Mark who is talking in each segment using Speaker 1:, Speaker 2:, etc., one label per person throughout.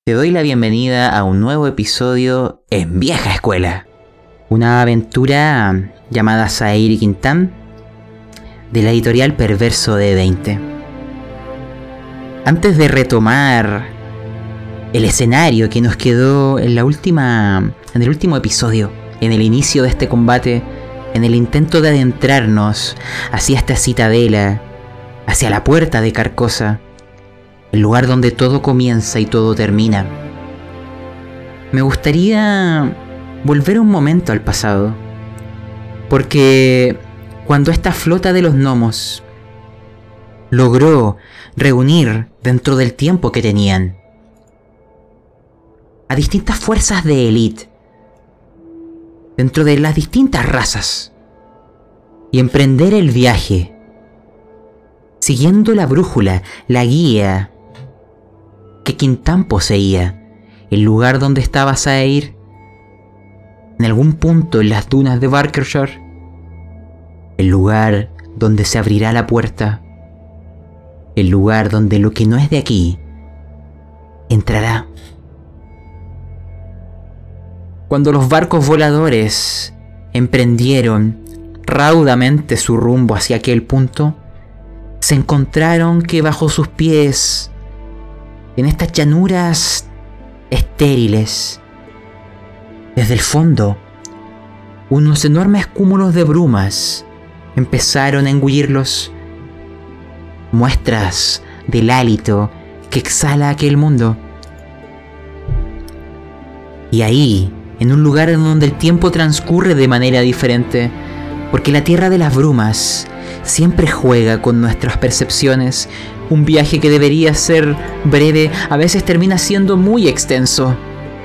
Speaker 1: Te doy la bienvenida a un nuevo episodio en Vieja Escuela. Una aventura llamada Saeiri Quintan de la editorial Perverso de 20. Antes de retomar el escenario que nos quedó en el último episodio, en el inicio de este combate, en el intento de adentrarnos hacia esta citadela, hacia la puerta de Carcosa, el lugar donde todo comienza y todo termina, me gustaría volver un momento al pasado, porque cuando esta flota de los gnomos logró reunir dentro del tiempo que tenían a distintas fuerzas de élite dentro de las distintas razas y emprender el viaje siguiendo la brújula, la guía que Quintan poseía, el lugar donde estaba Saeir, en algún punto en las dunas de Barkershire, el lugar donde se abrirá la puerta, el lugar donde lo que no es de aquí entrará. Cuando los barcos voladores emprendieron raudamente su rumbo hacia aquel punto, se encontraron que bajo sus pies, en estas llanuras estériles, desde el fondo, unos enormes cúmulos de brumas empezaron a engullirlos, muestras del hálito que exhala aquel mundo. Y ahí, en un lugar en donde el tiempo transcurre de manera diferente, porque la tierra de las brumas siempre juega con nuestras percepciones. Un viaje que debería ser breve a veces termina siendo muy extenso,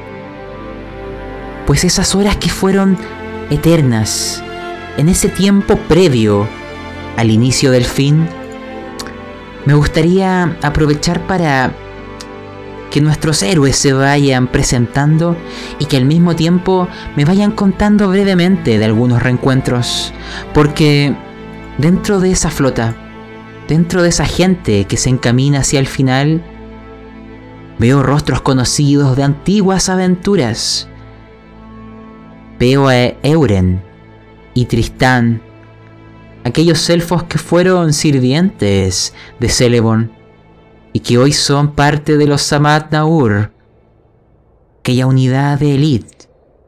Speaker 1: pues esas horas que fueron eternas, en ese tiempo previo al inicio del fin, me gustaría aprovechar para que nuestros héroes se vayan presentando y que al mismo tiempo me vayan contando brevemente de algunos reencuentros, porque dentro de esa flota, dentro de esa gente que se encamina hacia el final, veo rostros conocidos de antiguas aventuras. Veo a Euren y Tristán, aquellos elfos que fueron sirvientes de Celeborn y que hoy son parte de los Samad Naur, aquella unidad de élite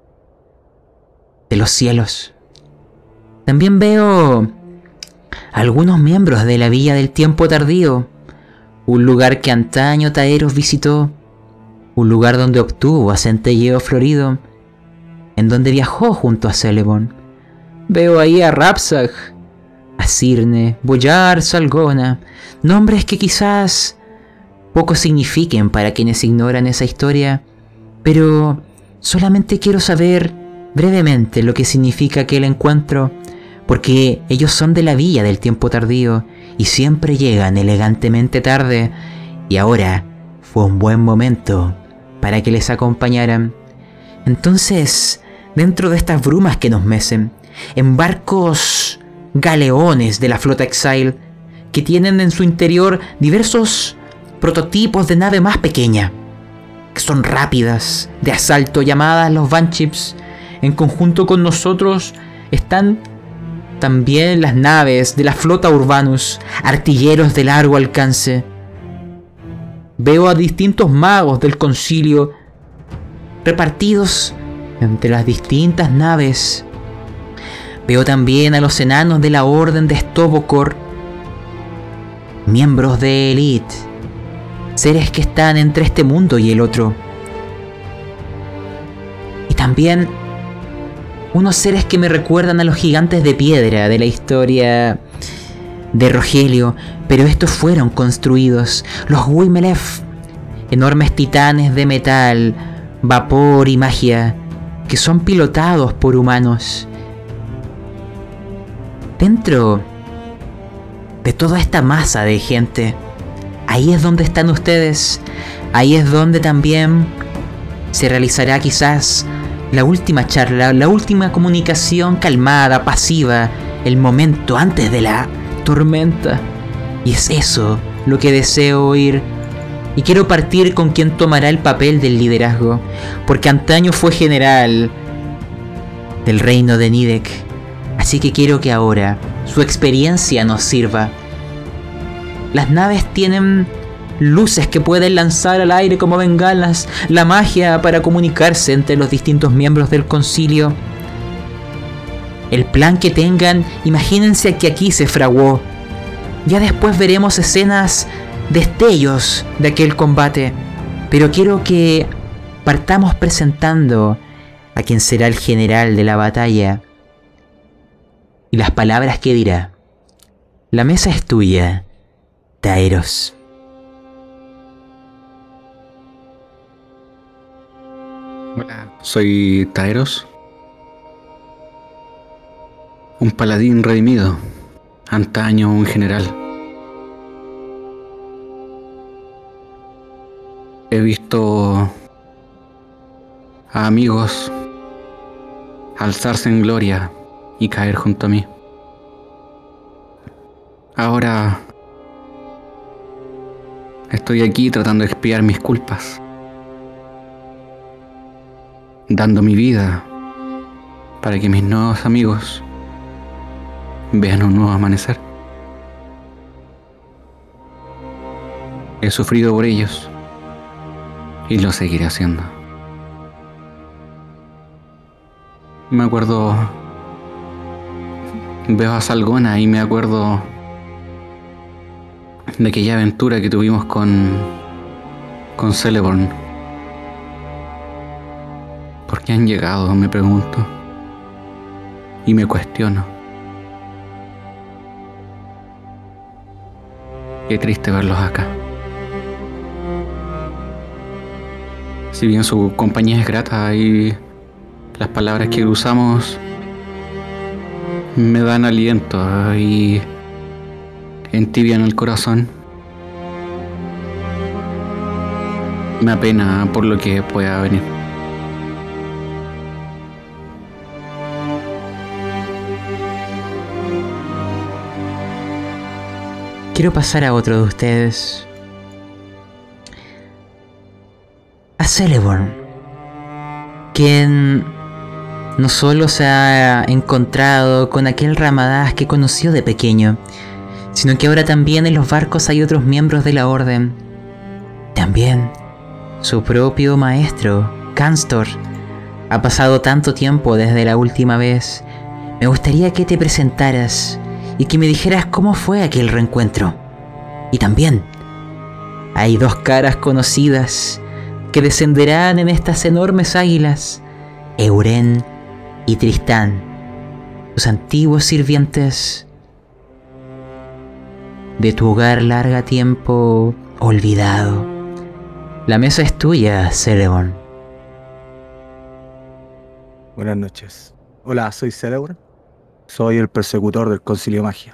Speaker 1: de los cielos. También veo algunos miembros de la Villa del Tiempo Tardío, un lugar que antaño Taeros visitó, un lugar donde obtuvo a Centelleo Florido, en donde viajó junto a Celeborn. Veo ahí a Rapsag, a Cirne, Boyar, Salgona, nombres que quizás poco signifiquen para quienes ignoran esa historia, pero solamente quiero saber brevemente lo que significa aquel encuentro, porque ellos son de la Villa del Tiempo Tardío y siempre llegan elegantemente tarde, y ahora fue un buen momento para que les acompañaran. Entonces, dentro de estas brumas que nos mecen, en barcos galeones de la flota Exile, que tienen en su interior diversos prototipos de nave más pequeña, que son rápidas, de asalto, llamadas los Banships, en conjunto con nosotros están también las naves de la flota Urbanus, artilleros de largo alcance. Veo a distintos magos del concilio repartidos entre las distintas naves. Veo también a los enanos de la Orden de Stobokor, miembros de élite, seres que están entre este mundo y el otro. Y también unos seres que me recuerdan a los gigantes de piedra de la historia de Rogelio, pero estos fueron construidos, los Wimelef, enormes titanes de metal, vapor y magia, que son pilotados por humanos. Dentro de toda esta masa de gente, ahí es donde están ustedes, ahí es donde también se realizará quizás la última charla, la última comunicación calmada, pasiva, el momento antes de la tormenta. Y es eso lo que deseo oír, Y quiero partir con quien tomará el papel del liderazgo, porque antaño fue general del reino de Nidec. Así que quiero que ahora su experiencia nos sirva. Las naves tienen luces que pueden lanzar al aire como bengalas, la magia para comunicarse entre los distintos miembros del concilio. El plan que tengan, imagínense que aquí se fraguó. Ya después veremos escenas, destellos de aquel combate, pero quiero que partamos presentando a quien será el general de la batalla y las palabras que dirá. La mesa es tuya, Taeros.
Speaker 2: Hola, soy Taeros, un paladín redimido, antaño un general. He visto a amigos alzarse en gloria y caer junto a mí. Ahora estoy aquí tratando de expiar mis culpas, dando mi vida para que mis nuevos amigos vean un nuevo amanecer. He sufrido por ellos y lo seguiré haciendo. Me acuerdo, veo a Salgona y me acuerdo de aquella aventura que tuvimos con Celeborn. ¿Por qué han llegado?, me pregunto. Y me cuestiono. Qué triste verlos acá. Si bien su compañía es grata y las palabras que usamos me dan aliento y entibian el corazón, me apena por lo que pueda venir.
Speaker 1: Quiero pasar a otro de ustedes. A Celeborn, quien no solo se ha encontrado con aquel Ramadás que conoció de pequeño, sino que ahora también en los barcos hay otros miembros de la orden. También su propio maestro, Canstor. Ha pasado tanto tiempo desde la última vez. Me gustaría que te presentaras y que me dijeras cómo fue aquel reencuentro. Y también hay dos caras conocidas que descenderán en estas enormes águilas, Euren y Tristán, tus antiguos sirvientes de tu hogar larga tiempo olvidado. La mesa es tuya, Celeborn.
Speaker 3: Buenas noches. Hola, soy Celeborn. Soy el persecutor del Concilio Magia.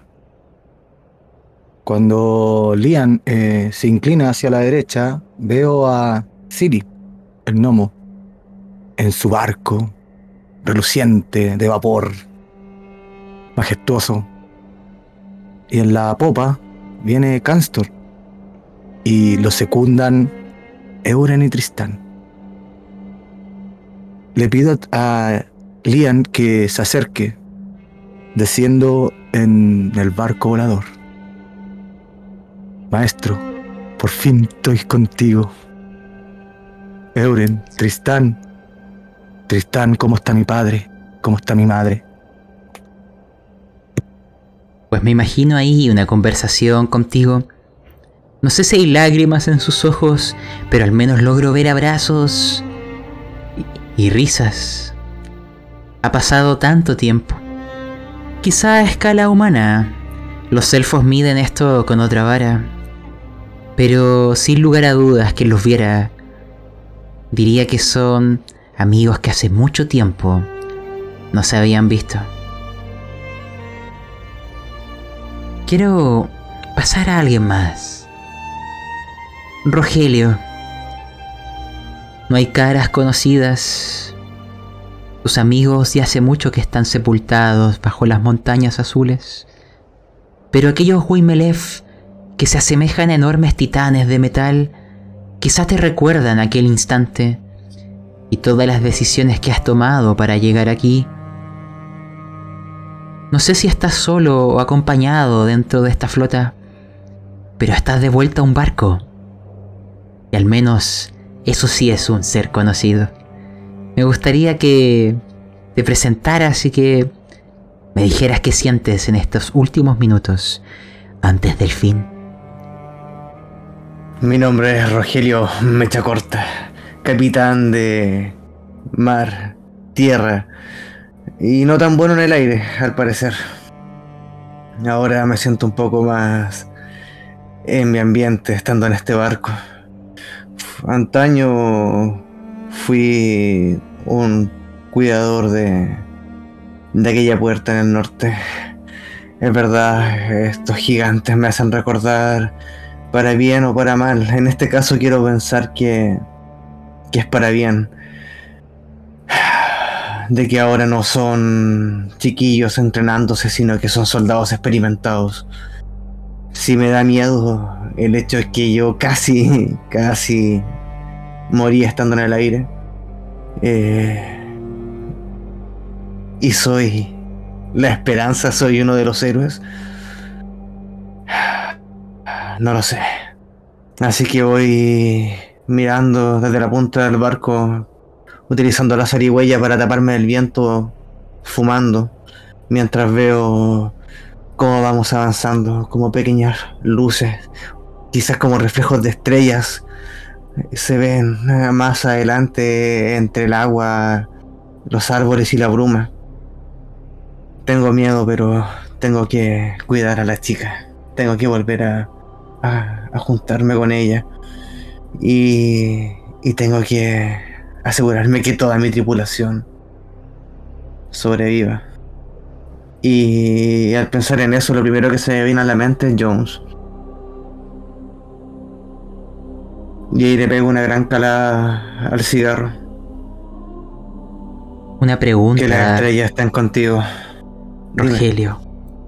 Speaker 3: Cuando Lian se inclina hacia la derecha, veo a Ciri, el gnomo, en su barco, reluciente, de vapor, majestuoso. Y en la popa viene Canstor, y lo secundan Euren y Tristán. Le pido a Lian que se acerque, desciendo en el barco volador. Maestro, por fin estoy contigo. Euren, Tristán, ¿cómo está mi padre? ¿Cómo está mi madre?
Speaker 1: Pues me imagino ahí una conversación contigo. No sé si hay lágrimas en sus ojos, pero al menos logro ver abrazos y risas. Ha pasado tanto tiempo. Quizá a escala humana, los elfos miden esto con otra vara, pero sin lugar a dudas, quien los viera diría que son amigos que hace mucho tiempo no se habían visto. Quiero pasar a alguien más. Rogelio. No hay caras conocidas. Tus amigos ya hace mucho que están sepultados bajo las montañas azules. Pero aquellos Huimelef que se asemejan a enormes titanes de metal quizás te recuerdan aquel instante y todas las decisiones que has tomado para llegar aquí. No sé si estás solo o acompañado dentro de esta flota, pero estás de vuelta a un barco. Y al menos eso sí es un ser conocido. Me gustaría que te presentaras y que me dijeras qué sientes en estos últimos minutos antes del fin.
Speaker 4: Mi nombre es Rogelio Mechacorta, capitán de mar, tierra y no tan bueno en el aire, al parecer. Ahora me siento un poco más en mi ambiente estando en este barco. Antaño fui un cuidador de aquella puerta en el norte. Es verdad, estos gigantes me hacen recordar, para bien o para mal. En este caso quiero pensar que es para bien. De que ahora no son chiquillos entrenándose, sino que son soldados experimentados. Sí me da miedo el hecho es que yo casi morí estando en el aire. Y soy la esperanza, soy uno de los héroes. No lo sé. Así que voy mirando desde la punta del barco, utilizando la zarigüeya para taparme del viento, fumando, mientras veo cómo vamos avanzando, como pequeñas luces, quizás como reflejos de estrellas, se ven más adelante entre el agua, los árboles y la bruma. Tengo miedo, pero tengo que cuidar a la chica. Tengo que volver a juntarme con ella. Y tengo que asegurarme que toda mi tripulación sobreviva. Y al pensar en eso, lo primero que se me viene a la mente es Jones. Y ahí le pego una gran calada al cigarro.
Speaker 1: Una pregunta.
Speaker 4: Que las estrellas estén contigo.
Speaker 1: Rogelio.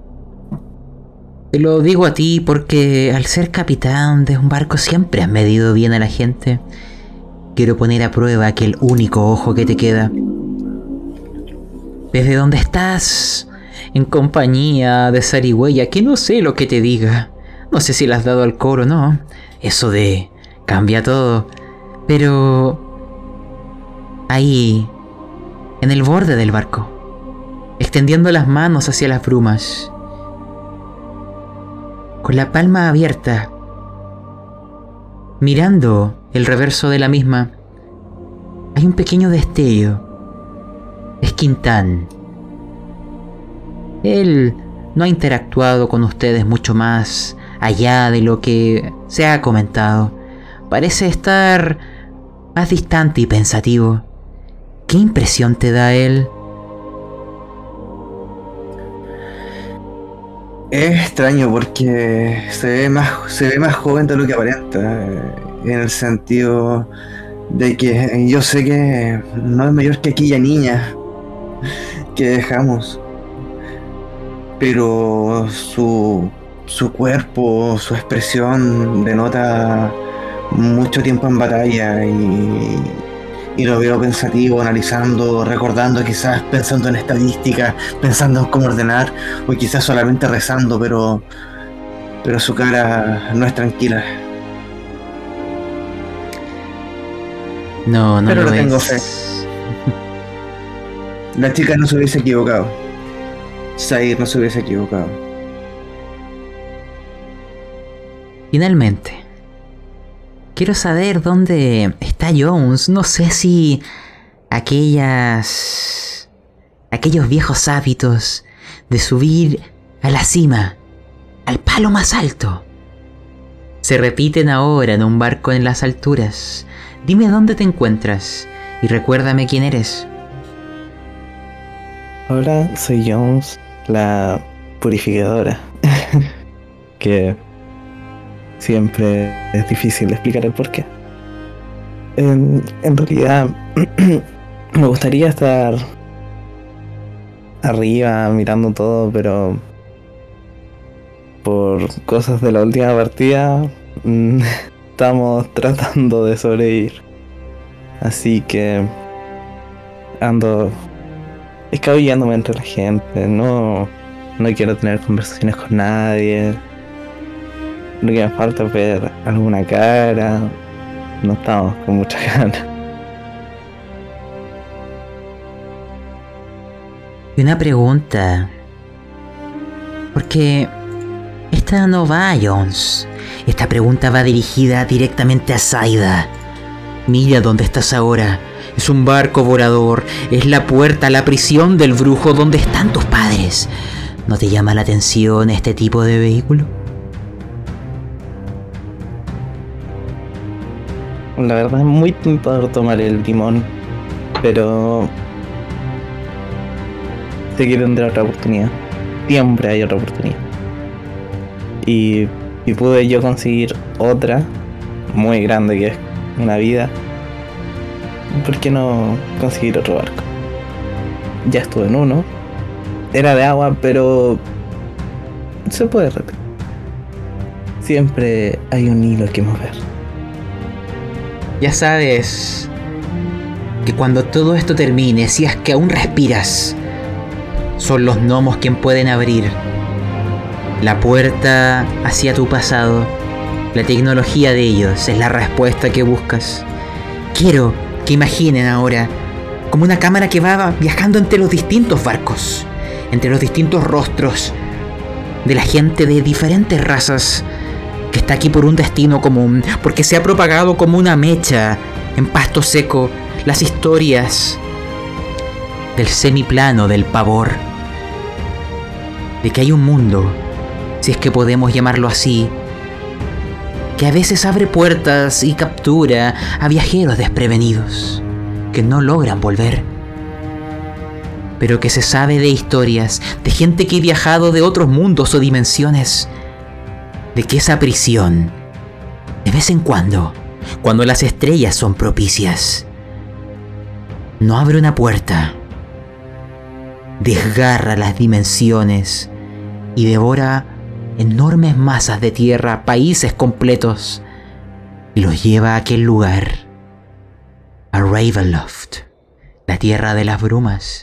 Speaker 1: Te lo digo a ti porque al ser capitán de un barco siempre has medido bien a la gente. Quiero poner a prueba aquel único ojo que te queda. Desde donde estás, en compañía de zarigüeya, que no sé lo que te diga. No sé si le has dado al coro o no. Eso de cambia todo. Pero ahí, en el borde del barco, extendiendo las manos hacia las brumas, con la palma abierta, mirando el reverso de la misma, hay un pequeño destello. Es Quintán. Él no ha interactuado con ustedes mucho más allá de lo que se ha comentado. Parece estar más distante y pensativo. ¿Qué impresión te da él?
Speaker 4: Es extraño porque se ve más joven de lo que aparenta, en el sentido de que yo sé que no es mayor que aquella niña que dejamos, pero su cuerpo, su expresión denota mucho tiempo en batalla y lo veo pensativo, analizando, recordando, quizás pensando en estadísticas, pensando en cómo ordenar, o quizás solamente rezando, pero su cara no es tranquila.
Speaker 1: No
Speaker 4: pero
Speaker 1: lo
Speaker 4: no tengo
Speaker 1: es.
Speaker 4: fe. La chica no se hubiese equivocado. Zair no se hubiese equivocado.
Speaker 1: Finalmente, quiero saber dónde está Jones. No sé si aquellos viejos hábitos de subir a la cima, al palo más alto, se repiten ahora en un barco en las alturas. Dime dónde te encuentras y recuérdame quién eres.
Speaker 5: Hola, soy Jones, la purificadora. Que siempre es difícil explicar el porqué. En realidad, me gustaría estar arriba mirando todo, pero por cosas de la última partida estamos tratando de sobrevivir. Así que ando escabullándome entre la gente. No quiero tener conversaciones con nadie. Lo que me falta es ver alguna cara. No estamos con muchas ganas.
Speaker 1: Y una pregunta. Porque esta no va a Jones. Esta pregunta va dirigida directamente a Zaida. Mira dónde estás ahora. Es un barco volador. Es la puerta a la prisión del brujo donde están tus padres. ¿No te llama la atención este tipo de vehículo?
Speaker 5: La verdad es muy tentador tomar el timón, pero sé que tendré otra oportunidad. Siempre hay otra oportunidad. Y si pude yo conseguir otra muy grande que es una vida, ¿por qué no conseguir otro barco? Ya estuve en uno. Era de agua, pero se puede repetir. Siempre hay un hilo que mover.
Speaker 1: Ya sabes que cuando todo esto termine, si es que aún respiras, son los gnomos quienes pueden abrir la puerta hacia tu pasado. La tecnología de ellos es la respuesta que buscas. Quiero que imaginen ahora como una cámara que va viajando entre los distintos barcos, entre los distintos rostros de la gente de diferentes razas que está aquí por un destino común, porque se ha propagado como una mecha en pasto seco las historias del semiplano del pavor, de que hay un mundo, si es que podemos llamarlo así, que a veces abre puertas y captura a viajeros desprevenidos que no logran volver, pero que se sabe de historias de gente que ha viajado de otros mundos o dimensiones, de que esa prisión, de vez en cuando las estrellas son propicias, no abre una puerta, desgarra las dimensiones y devora enormes masas de tierra, países completos, y los lleva a aquel lugar, a Ravenloft, la tierra de las brumas.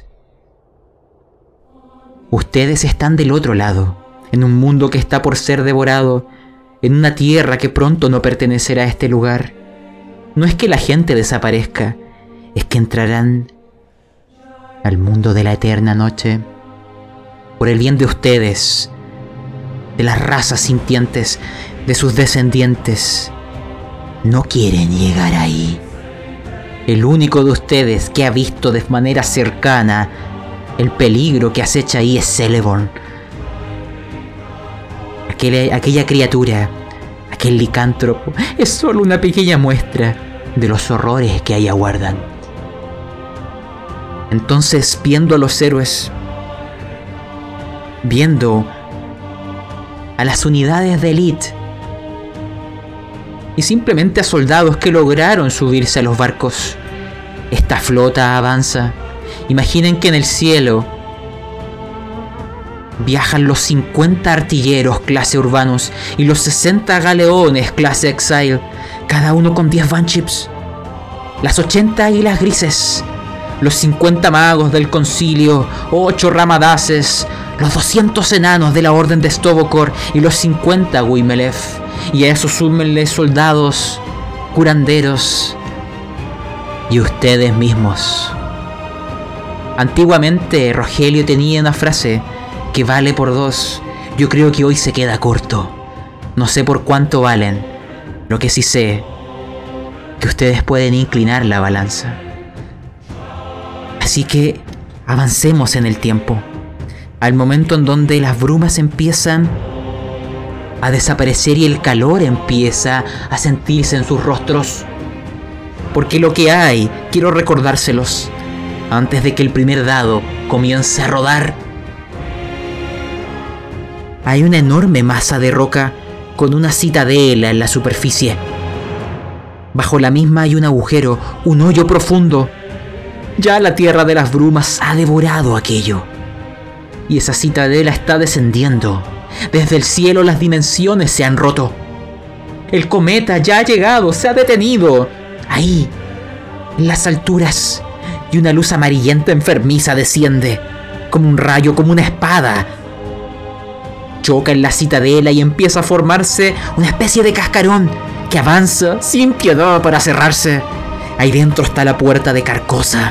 Speaker 1: Ustedes están del otro lado, en un mundo que está por ser devorado, en una tierra que pronto no pertenecerá a este lugar. No es que la gente desaparezca, es que entrarán al mundo de la eterna noche. Por el bien de ustedes, de las razas sintientes, de sus descendientes, no quieren llegar ahí. El único de ustedes que ha visto de manera cercana el peligro que acecha ahí es Celeborn. Aquella criatura, aquel licántropo, es solo una pequeña muestra de los horrores que ahí aguardan. Entonces, viendo a los héroes, viendo a las unidades de élite y simplemente a soldados que lograron subirse a los barcos, esta flota avanza. Imaginen que en el cielo viajan los 50 artilleros clase Urbanus y los 60 galeones clase Exile, cada uno con 10 Banships, las 80 águilas grises, los 50 magos del concilio, 8 ramadaces, los 200 enanos de la orden de Stovokor y los 50 Wimelef, y a esos súmenle soldados, curanderos y ustedes mismos. Antiguamente Rogelio tenía una frase que vale por 2. Yo creo que hoy se queda corto. No sé por cuánto valen. Lo que sí sé, que ustedes pueden inclinar la balanza. Así que avancemos en el tiempo, al momento en donde las brumas empiezan a desaparecer y el calor empieza a sentirse en sus rostros. Porque lo que hay, quiero recordárselos, antes de que el primer dado comience a rodar, hay una enorme masa de roca con una citadela en la superficie. Bajo la misma hay un agujero, un hoyo profundo. Ya la tierra de las brumas ha devorado aquello. Y esa citadela está descendiendo. Desde el cielo las dimensiones se han roto. El cometa ya ha llegado, se ha detenido. Ahí, en las alturas, y una luz amarillenta enfermiza desciende, como un rayo, como una espada. Choca en la citadela y empieza a formarse una especie de cascarón que avanza sin piedad para cerrarse. Ahí dentro está la puerta de Carcosa.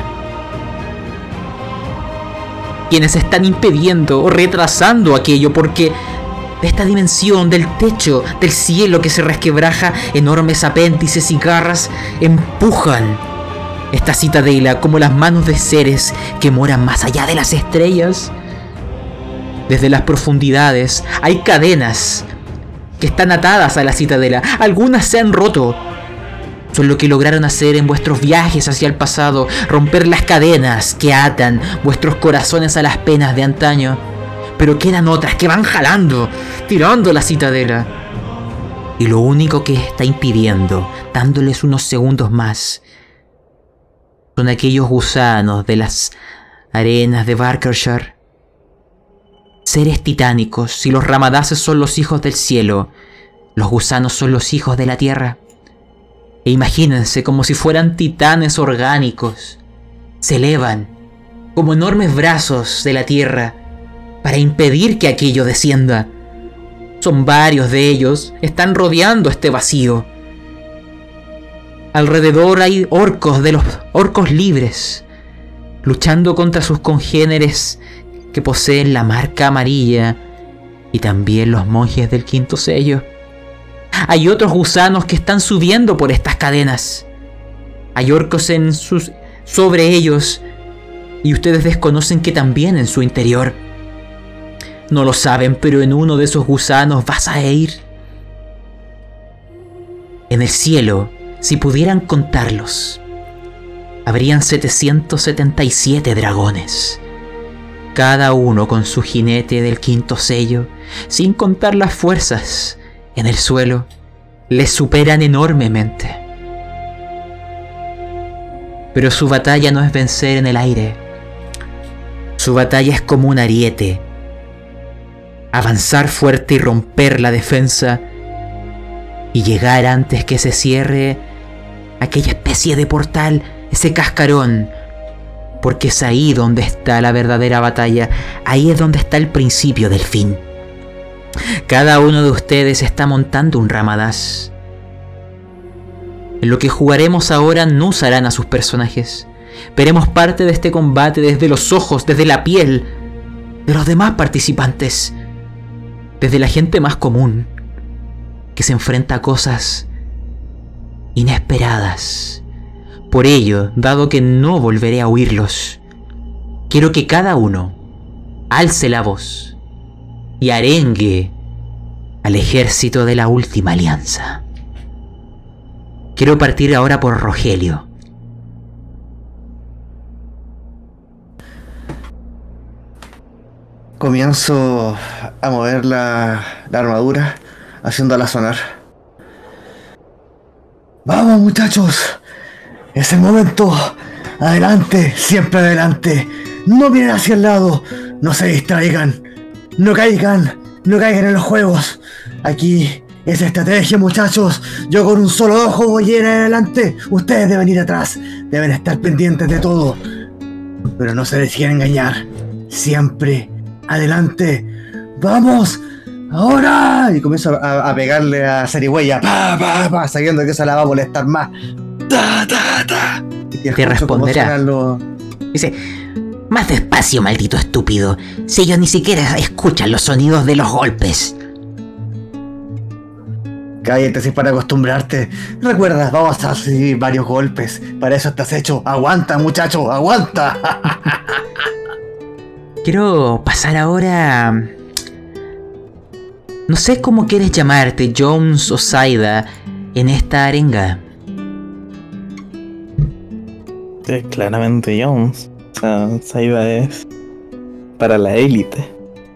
Speaker 1: Quienes están impidiendo o retrasando aquello, porque de esta dimensión, del techo, del cielo que se resquebraja, enormes apéndices y garras empujan esta citadela como las manos de seres que moran más allá de las estrellas. Desde las profundidades hay cadenas que están atadas a la citadela. Algunas se han roto. Son lo que lograron hacer en vuestros viajes hacia el pasado, romper las cadenas que atan vuestros corazones a las penas de antaño. Pero quedan otras que van jalando, tirando la citadela. Y lo único que está impidiendo, dándoles unos segundos más, son aquellos gusanos de las arenas de Barkershire. Seres titánicos, y los ramadaces son los hijos del cielo, los gusanos son los hijos de la tierra. E imagínense como si fueran titanes orgánicos. Se elevan como enormes brazos de la tierra para impedir que aquello descienda. Son varios de ellos, están rodeando este vacío. Alrededor hay orcos de los orcos libres, luchando contra sus congéneres que poseen la marca amarilla, y también los monjes del quinto sello. Hay otros gusanos que están subiendo por estas cadenas. Hay orcos sobre ellos, y ustedes desconocen que también en su interior. No lo saben, pero en uno de esos gusanos vas a ir. En el cielo, si pudieran contarlos, habrían 777 dragones, cada uno con su jinete del quinto sello, sin contar las fuerzas en el suelo, les superan enormemente. Pero su batalla no es vencer en el aire. Su batalla es como un ariete. Avanzar fuerte y romper la defensa y llegar antes que se cierre aquella especie de portal, ese cascarón, porque es ahí donde está la verdadera batalla, ahí es donde está el principio del fin. Cada uno de ustedes está montando un Ramadás. En lo que jugaremos ahora no usarán a sus personajes. Veremos parte de este combate desde los ojos, desde la piel de los demás participantes, desde la gente más común que se enfrenta a cosas inesperadas. Por ello, dado que no volveré a oírlos, quiero que cada uno alce la voz y arengue al ejército de la última alianza. Quiero partir ahora por Rogelio.
Speaker 4: Comienzo a mover la armadura, haciéndola sonar. ¡Vamos, muchachos! ¡Es el momento! ¡Adelante! ¡Siempre adelante! ¡No miren hacia el lado! ¡No se distraigan! ¡No caigan! ¡No caigan en los juegos! Aquí es estrategia, muchachos. Yo con un solo ojo voy a ir adelante. Ustedes deben ir atrás. Deben estar pendientes de todo. Pero no se dejen engañar. Siempre adelante. ¡Vamos! ¡Ahora! Y comienzo a pegarle a Zarigüeya. ¡Pa, pa, pa! Sabiendo que eso la va a molestar más. ¡Ta, ta, ta! Y
Speaker 1: te responderá. Dice: más despacio, maldito estúpido. Si ellos ni siquiera escuchan los sonidos de los golpes.
Speaker 4: Cállate, si es para acostumbrarte. Recuerda, vamos a recibir varios golpes. Para eso estás hecho. Aguanta, muchacho, aguanta.
Speaker 1: Quiero pasar ahora. No sé cómo quieres llamarte, Jones o Saida, en esta arenga.
Speaker 5: Es claramente Jones. O sea, Saida es para la élite.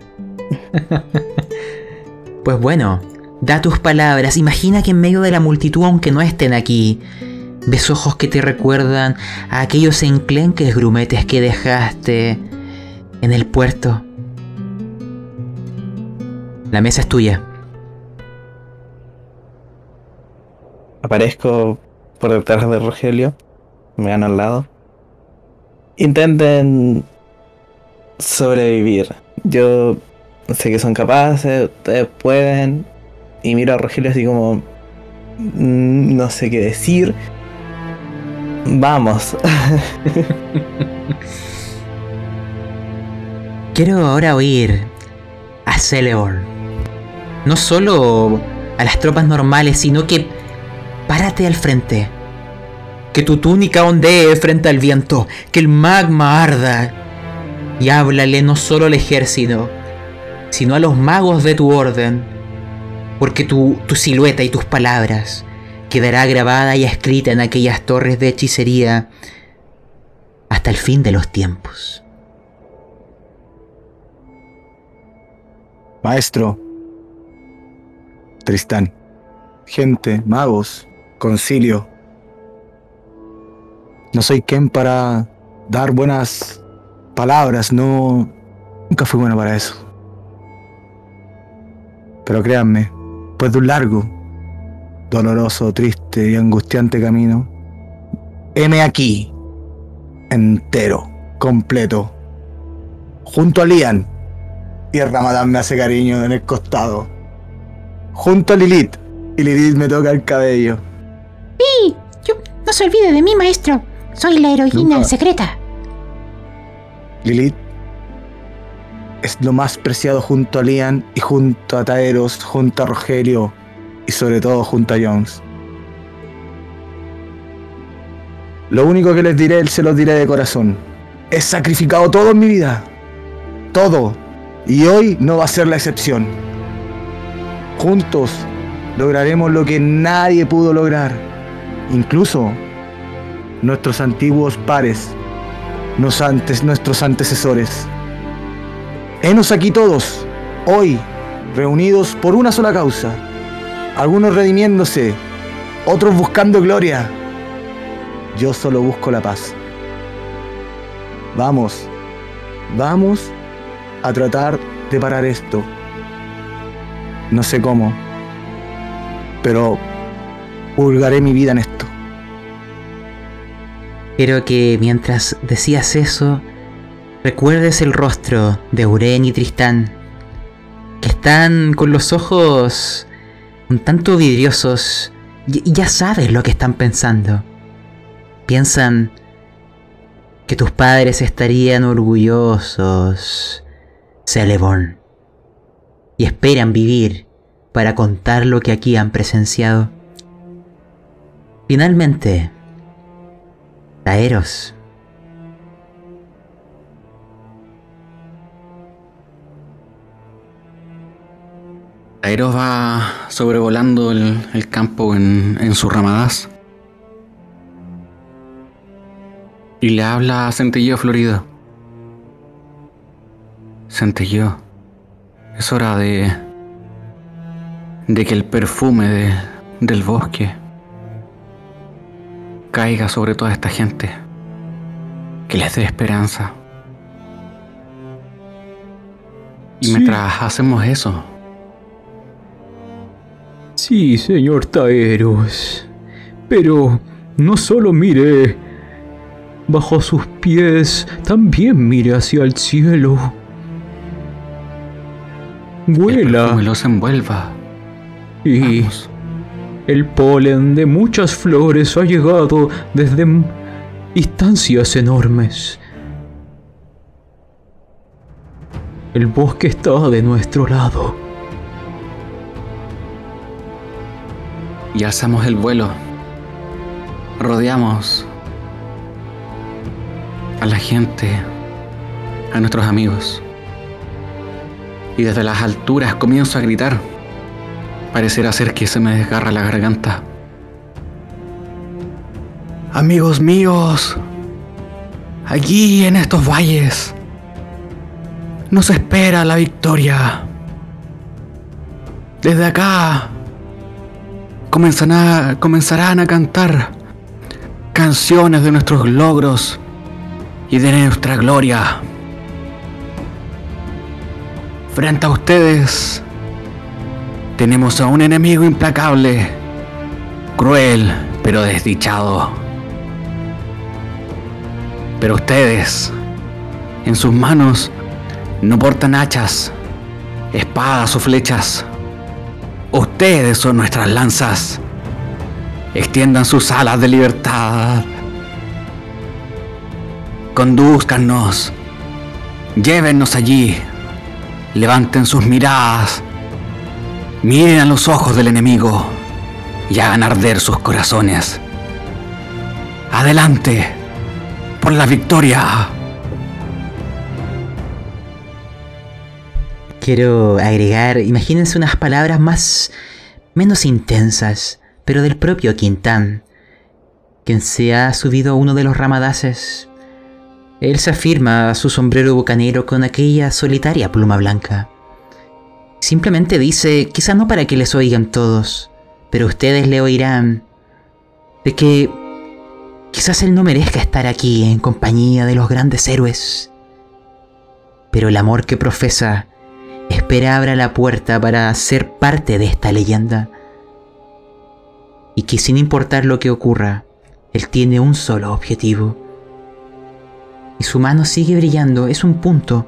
Speaker 1: Pues bueno, da tus palabras. Imagina que en medio de la multitud, aunque no estén aquí, ves ojos que te recuerdan a aquellos enclenques grumetes que dejaste en el puerto. La mesa es tuya.
Speaker 5: aparezco por detrás de Rogelio, me gano al lado. Intenten sobrevivir. Yo sé que son capaces, ustedes pueden. Y miro a Rogelio así como... no sé qué decir. Vamos.
Speaker 1: Quiero ahora oír a Celeborn. No solo a las tropas normales, sino que párate al frente. Que tu túnica ondee frente al viento. Que el magma arda. Y háblale no solo al ejército, sino a los magos de tu orden. Porque tu silueta y tus palabras quedará grabada y escrita en aquellas torres de hechicería hasta el fin de los tiempos.
Speaker 3: Maestro, Tristán, gente, magos, concilio. No soy quien para dar buenas palabras, nunca fui bueno para eso. Pero créanme, después de un largo, doloroso, triste y angustiante camino, heme aquí, entero, completo, junto a Lian. Y el Ramadán me hace cariño en el costado. Junto a Lilith. Y Lilith me toca el cabello.
Speaker 6: Sí, no se olvide de mí, maestro. Soy la heroína
Speaker 3: Nunca.
Speaker 6: secreta.
Speaker 3: Lilith es lo más preciado junto a Lian y junto a Taeros, junto a Rogelio y sobre todo junto a Jones. Lo único que les diré, se los diré de corazón. He sacrificado todo en mi vida. Todo. Y hoy no va a ser la excepción. Juntos lograremos lo que nadie pudo lograr. Incluso nuestros antiguos pares, nuestros antecesores. Henos aquí todos, hoy, reunidos por una sola causa. Algunos redimiéndose, otros buscando gloria. Yo solo busco la paz. Vamos a tratar de parar esto. No sé cómo, pero purgaré mi vida en esto.
Speaker 1: Quiero que mientras decías eso, recuerdes el rostro de Uren y Tristán, que están con los ojos un tanto vidriosos y ya sabes lo que están pensando. Piensan que tus padres estarían orgullosos, Celeborn, y esperan vivir para contar lo que aquí han presenciado. Finalmente, Taeros.
Speaker 2: Taeros va sobrevolando el campo en sus ramadas y le habla a Centelleo Florido. Centelleo, es hora de que el perfume del bosque caiga sobre toda esta gente, que les dé esperanza. Y
Speaker 7: Sí.
Speaker 2: mientras hacemos eso,
Speaker 7: Sí, señor Taeros. Pero no solo mire bajo sus pies, también mire hacia el cielo.
Speaker 2: el
Speaker 7: Vuela
Speaker 2: perfume los envuelva.
Speaker 7: y
Speaker 2: Vamos.
Speaker 7: el polen de muchas flores ha llegado desde distancias enormes. El bosque está de nuestro lado.
Speaker 2: Y alzamos el vuelo. Rodeamos a la gente, a nuestros amigos. Y desde las alturas comienzo a gritar. Pareciera ser que se me desgarra la garganta. Amigos míos, aquí en estos valles nos espera la victoria. Desde acá comenzarán a cantar canciones de nuestros logros y de nuestra gloria. Frente a ustedes tenemos a un enemigo implacable cruel, pero desdichado. Pero ustedes, en sus manos, no portan hachas, espadas o flechas. Ustedes son nuestras lanzas. Extiendan sus alas de libertad. Condúzcannos. Llévennos allí. Levanten sus miradas. Miren a los ojos del enemigo y hagan arder sus corazones. Adelante, por la victoria.
Speaker 1: Quiero agregar, imagínense unas palabras menos intensas, pero del propio Quintán, quien se ha subido a uno de los ramadaces. Él se afirma a su sombrero bucanero con aquella solitaria pluma blanca. Simplemente dice, quizá no para que les oigan todos, pero ustedes le oirán, de que quizás él no merezca estar aquí en compañía de los grandes héroes, pero el amor que profesa espera abra la puerta para ser parte de esta leyenda, y que sin importar lo que ocurra, él tiene un solo objetivo, y su mano sigue brillando, es un punto.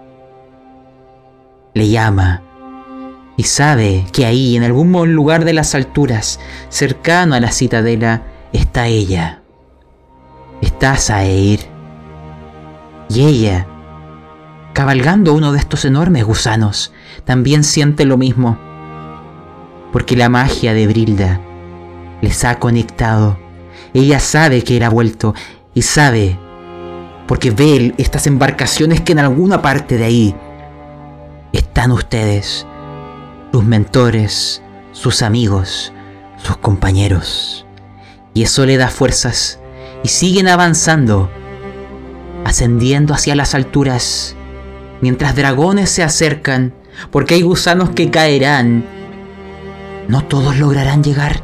Speaker 1: Le llama, y sabe que ahí, en algún lugar de las alturas, cercano a la citadela, está ella. Está Zaeir. Y ella, cabalgando uno de estos enormes gusanos, también siente lo mismo. Porque la magia de Brilda les ha conectado. Ella sabe que él ha vuelto, y sabe, porque ve estas embarcaciones, que en alguna parte de ahí están ustedes, sus mentores, sus amigos, sus compañeros. Y eso le da fuerzas, y siguen avanzando, ascendiendo hacia las alturas, mientras dragones se acercan, porque hay gusanos que caerán. No todos lograrán llegar.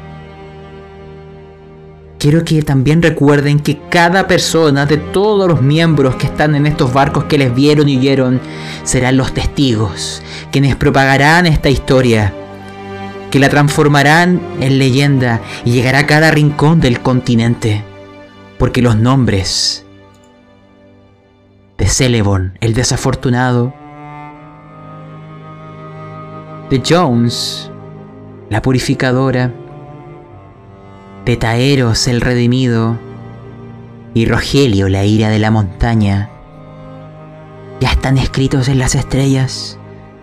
Speaker 1: Quiero que también recuerden que cada persona de todos los miembros que están en estos barcos que les vieron y oyeron serán los testigos, quienes propagarán esta historia, que la transformarán en leyenda y llegará a cada rincón del continente, porque los nombres de Celeborn, el desafortunado, de Jones, la purificadora, de Taeros, el redimido, y Rogelio, la ira de la montaña, ya están escritos en las estrellas.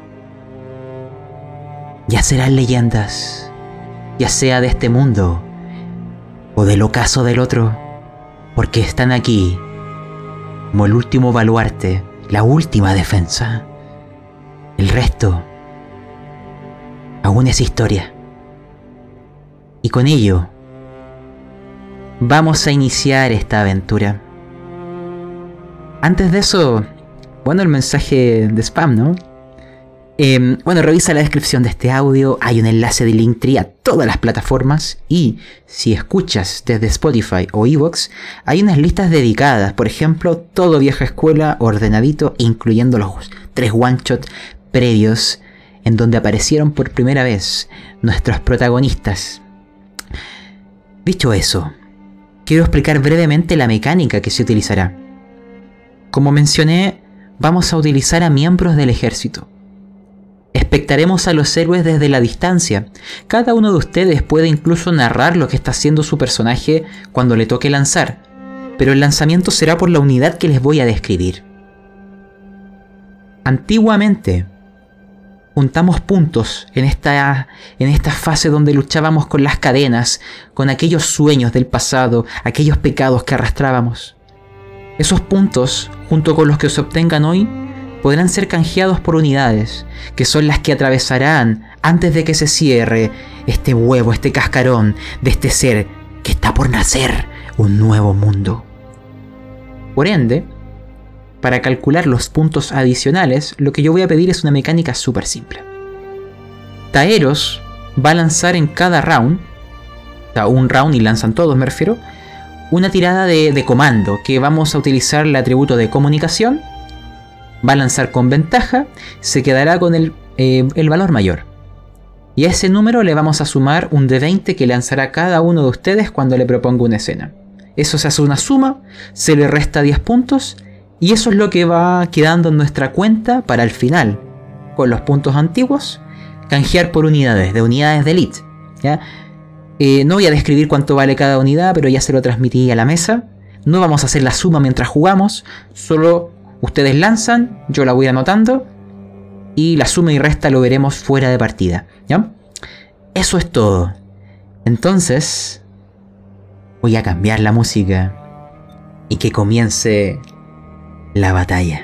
Speaker 1: Ya serán leyendas, ya sea de este mundo o del ocaso del otro, porque están aquí como el último baluarte, la última defensa. El resto aún es historia. Y con ello vamos a iniciar esta aventura. Antes de eso, bueno, el mensaje de spam, ¿no? Bueno, revisa la descripción de este audio, hay un enlace de Linktree a todas las plataformas, y si escuchas desde Spotify o Evox, hay unas listas dedicadas, por ejemplo, todo Vieja Escuela ordenadito, incluyendo los 3 one-shot previos en donde aparecieron por primera vez nuestros protagonistas. Dicho eso, quiero explicar brevemente la mecánica que se utilizará. Como mencioné, vamos a utilizar a miembros del ejército. Espectaremos a los héroes desde la distancia. Cada uno de ustedes puede incluso narrar lo que está haciendo su personaje cuando le toque lanzar, pero el lanzamiento será por la unidad que les voy a describir. Antiguamente, juntamos puntos en esta fase donde luchábamos con las cadenas, con aquellos sueños del pasado, aquellos pecados que arrastrábamos. Esos puntos, junto con los que se obtengan hoy, podrán ser canjeados por unidades, que son las que atravesarán antes de que se cierre este huevo, este cascarón de este ser que está por nacer, un nuevo mundo. Por ende, para calcular los puntos adicionales, lo que yo voy a pedir es una mecánica súper simple. Taeros va a lanzar en cada round, o sea, un round y lanzan todos, me refiero, una tirada de comando, que vamos a utilizar el atributo de comunicación. Va a lanzar con ventaja, se quedará con el valor mayor. Y a ese número le vamos a sumar un D20 que lanzará cada uno de ustedes cuando le proponga una escena. Eso se hace una suma, se le resta 10 puntos y eso es lo que va quedando en nuestra cuenta para el final. Con los puntos antiguos, canjear por unidades de elite. ¿Ya? No voy a describir cuánto vale cada unidad, pero ya se lo transmití a la mesa. No vamos a hacer la suma mientras jugamos, solo ustedes lanzan, yo la voy anotando y la suma y resta lo veremos fuera de partida. ¿Ya? Eso es todo. Entonces, voy a cambiar la música y que comience la batalla.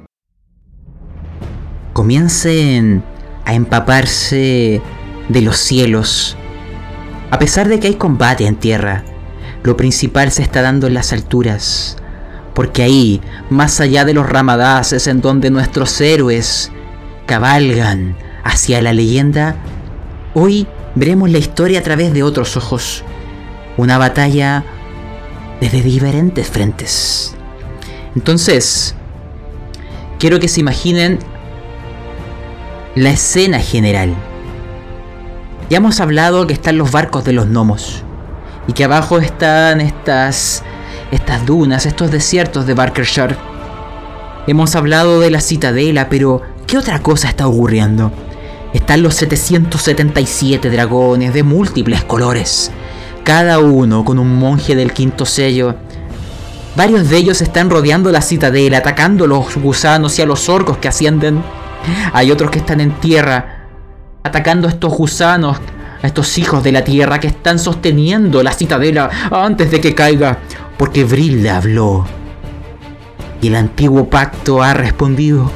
Speaker 1: Comiencen a empaparse de los cielos. A pesar de que hay combate en tierra, lo principal se está dando en las alturas, porque ahí, más allá de los ramadás, es en donde nuestros héroes cabalgan hacia la leyenda. Hoy veremos la historia a través de otros ojos, una batalla desde diferentes frentes. Entonces, quiero que se imaginen la escena general. Ya hemos hablado que están los barcos de los gnomos y que abajo están estas dunas, estos desiertos de Barkershire. Hemos hablado de la citadela, pero ¿qué otra cosa está ocurriendo? Están los 777 dragones de múltiples colores, cada uno con un monje del quinto sello. Varios de ellos están rodeando la citadela, atacando a los gusanos y a los orcos que ascienden. Hay otros que están en tierra, atacando a estos gusanos, a estos hijos de la tierra que están sosteniendo la citadela antes de que caiga, porque Vril le habló y el antiguo pacto ha respondido.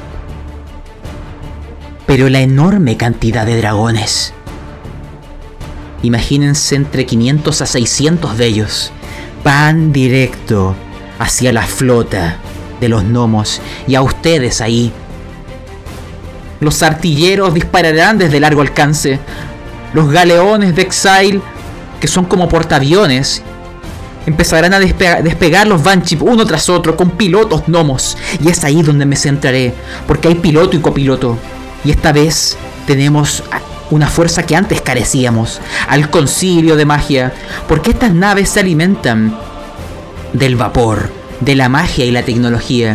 Speaker 1: Pero la enorme cantidad de dragones, imagínense entre 500 a 600 de ellos, van directo hacia la flota de los gnomos y a ustedes ahí. Los artilleros dispararán desde largo alcance. Los galeones de Exile, que son como portaaviones, empezarán a despegar los Banship uno tras otro con pilotos gnomos. Y es ahí donde me centraré, porque hay piloto y copiloto. Y esta vez tenemos una fuerza que antes carecíamos, al concilio de magia, porque estas naves se alimentan del vapor, de la magia y la tecnología.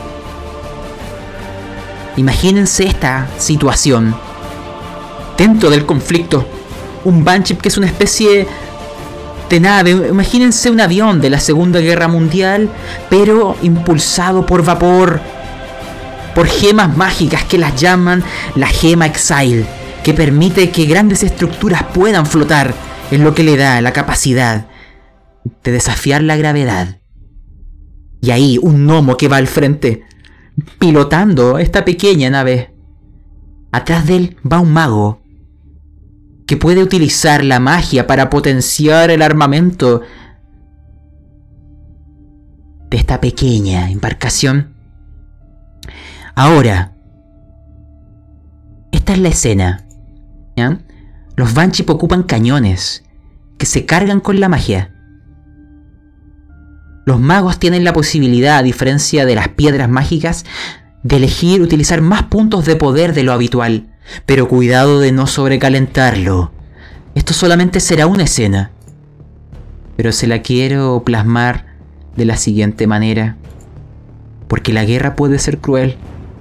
Speaker 1: Imagínense esta situación. Dentro del conflicto, un Banship que es una especie de nave. Imagínense un avión de la Segunda Guerra Mundial, pero impulsado por vapor, por gemas mágicas que las llaman la gema Exile, que permite que grandes estructuras puedan flotar. Es lo que le da la capacidad de desafiar la gravedad. Y ahí un gnomo que va al frente, pilotando esta pequeña nave. Atrás de él va un mago que puede utilizar la magia para potenciar el armamento de esta pequeña embarcación. Ahora, esta es la escena, ¿ya? Los Banship ocupan cañones que se cargan con la magia. Los magos tienen la posibilidad, a diferencia de las piedras mágicas, de elegir utilizar más puntos de poder de lo habitual, pero cuidado de no sobrecalentarlo. Esto solamente será una escena, pero se la quiero plasmar de la siguiente manera, porque la guerra puede ser cruel.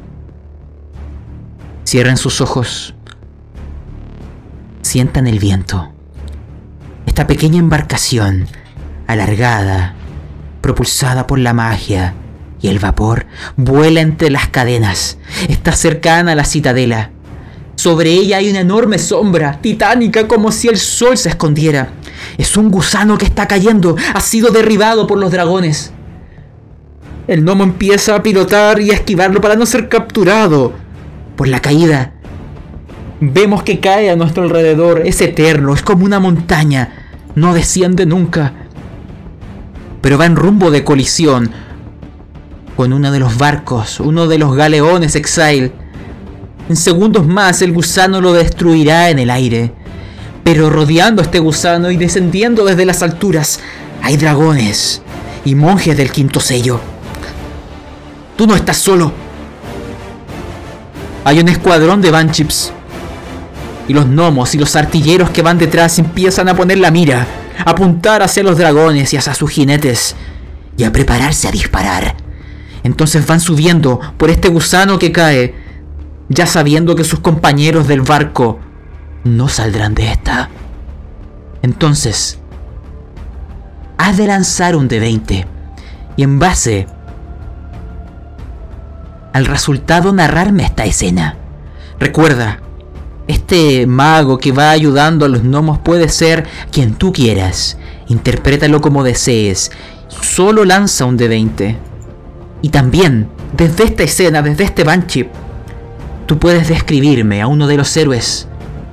Speaker 1: Cierren sus ojos, sientan el viento. Esta pequeña embarcación, alargada, propulsada por la magia y el vapor, vuela entre las cadenas. Está cercana a la citadela. Sobre ella hay una enorme sombra, titánica, como si el sol se escondiera. Es un gusano que está cayendo. Ha sido derribado por los dragones. El gnomo empieza a pilotar y a esquivarlo para no ser capturado por la caída. Vemos que cae a nuestro alrededor. Es eterno, es como una montaña. No desciende nunca, pero va en rumbo de colisión con uno de los barcos, uno de los galeones Exile. En segundos más el gusano lo destruirá en el aire, pero rodeando a este gusano y descendiendo desde las alturas hay dragones y monjes del quinto sello. Tú no estás solo. Hay un escuadrón de Banships Y los gnomos y los artilleros que van detrás empiezan a poner la mira, a apuntar hacia los dragones y hacia sus jinetes, y a prepararse a disparar. Entonces van subiendo por este gusano que cae, ya sabiendo que sus compañeros del barco no saldrán de esta. Entonces, has de lanzar un D20 y en base al resultado narrarme esta escena. Recuerda, este mago que va ayudando a los gnomos puede ser quien tú quieras. Interprétalo como desees. Solo lanza un D20. Y también, desde esta escena, desde este Banshee, tú puedes describirme a uno de los héroes.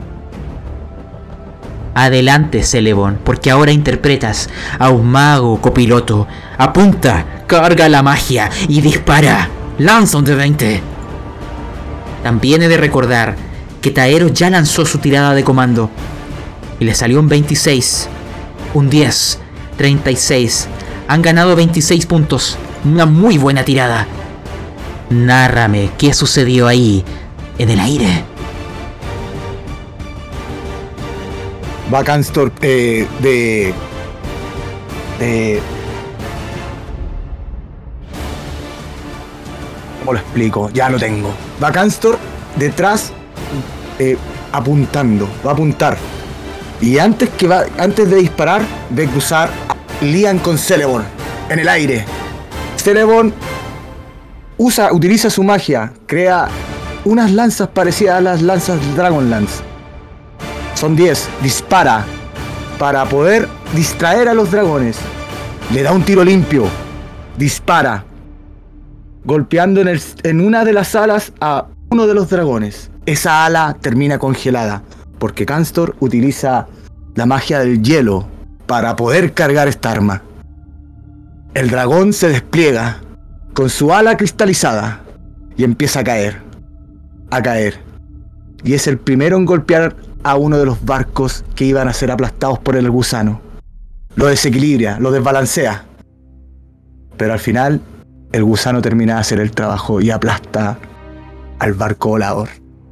Speaker 1: Adelante, Celeborn, porque ahora interpretas a un mago copiloto. Apunta, carga la magia y dispara. Lanza un D20. También he de recordar que Taero ya lanzó su tirada de comando y le salió un 26, un 10, 36. Han ganado 26 puntos. Una muy buena tirada. Nárrame qué sucedió ahí, en el aire.
Speaker 3: Vakanstor ¿cómo lo explico? Ya lo tengo. Vakanstor detrás apuntando, va a apuntar. Y antes de disparar, ve cruzar Lian con Celeborn en el aire. Celeborn utiliza su magia, crea unas lanzas parecidas a las lanzas de Dragonlance. Son 10, dispara para poder distraer a los dragones. Le da un tiro limpio, dispara, golpeando en una de las alas a uno de los dragones. Esa ala termina congelada, porque Kanstor utiliza la magia del hielo para poder cargar esta arma. El dragón se despliega con su ala cristalizada y empieza a caer. Y es el primero en golpear a uno de los barcos que iban a ser aplastados por el gusano. Lo desequilibra, lo desbalancea. Pero al final, el gusano termina de hacer el trabajo y aplasta al barco volador.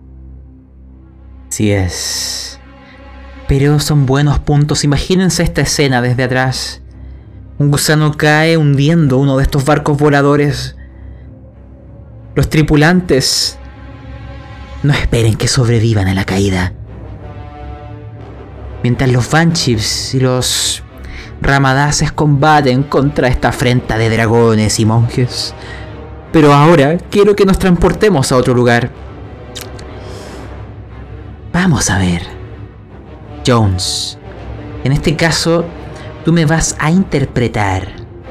Speaker 1: Así es. Pero son buenos puntos. Imagínense esta escena desde atrás. Un gusano cae hundiendo uno de estos barcos voladores. Los tripulantes no esperen que sobrevivan a la caída. Mientras los Banshees y los Ramadases combaten contra esta afrenta de dragones y monjes. Pero ahora quiero que nos transportemos a otro lugar. Vamos a ver. Jones, en este caso, tú me vas a interpretar.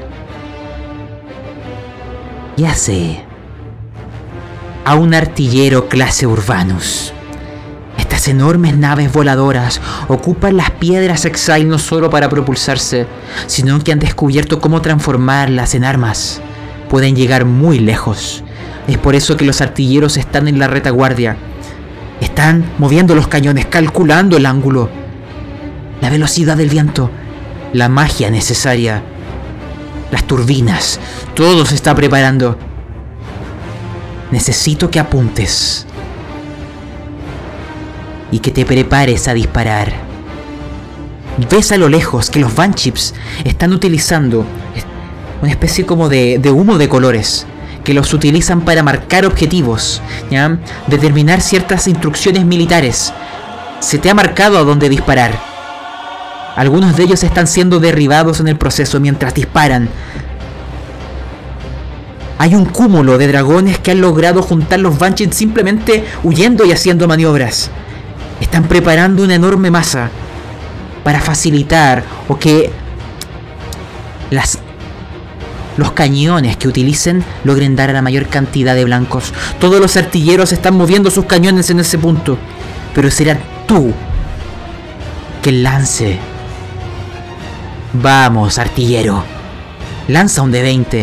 Speaker 1: Ya sé. A un artillero clase Urbanus. Estas enormes naves voladoras ocupan las piedras Exile no solo para propulsarse, sino que han descubierto cómo transformarlas en armas. Pueden llegar muy lejos. Es por eso que los artilleros están en la retaguardia. Están moviendo los cañones, calculando el ángulo, la velocidad del viento, la magia necesaria, las turbinas. Todo se está preparando. Necesito que apuntes y que te prepares a disparar. Ves a lo lejos que los Banshees están utilizando una especie como de humo de colores, que los utilizan para marcar objetivos, ¿ya? Determinar ciertas instrucciones militares. Se te ha marcado a dónde disparar. Algunos de ellos están siendo derribados en el proceso mientras disparan. Hay un cúmulo de dragones que han logrado juntar los Banshees simplemente huyendo y haciendo maniobras. Están preparando una enorme masa para facilitar o que los cañones que utilicen logren dar a la mayor cantidad de blancos. Todos los artilleros están moviendo sus cañones en ese punto, pero será tú que lance. Vamos, artillero, lanza un D20.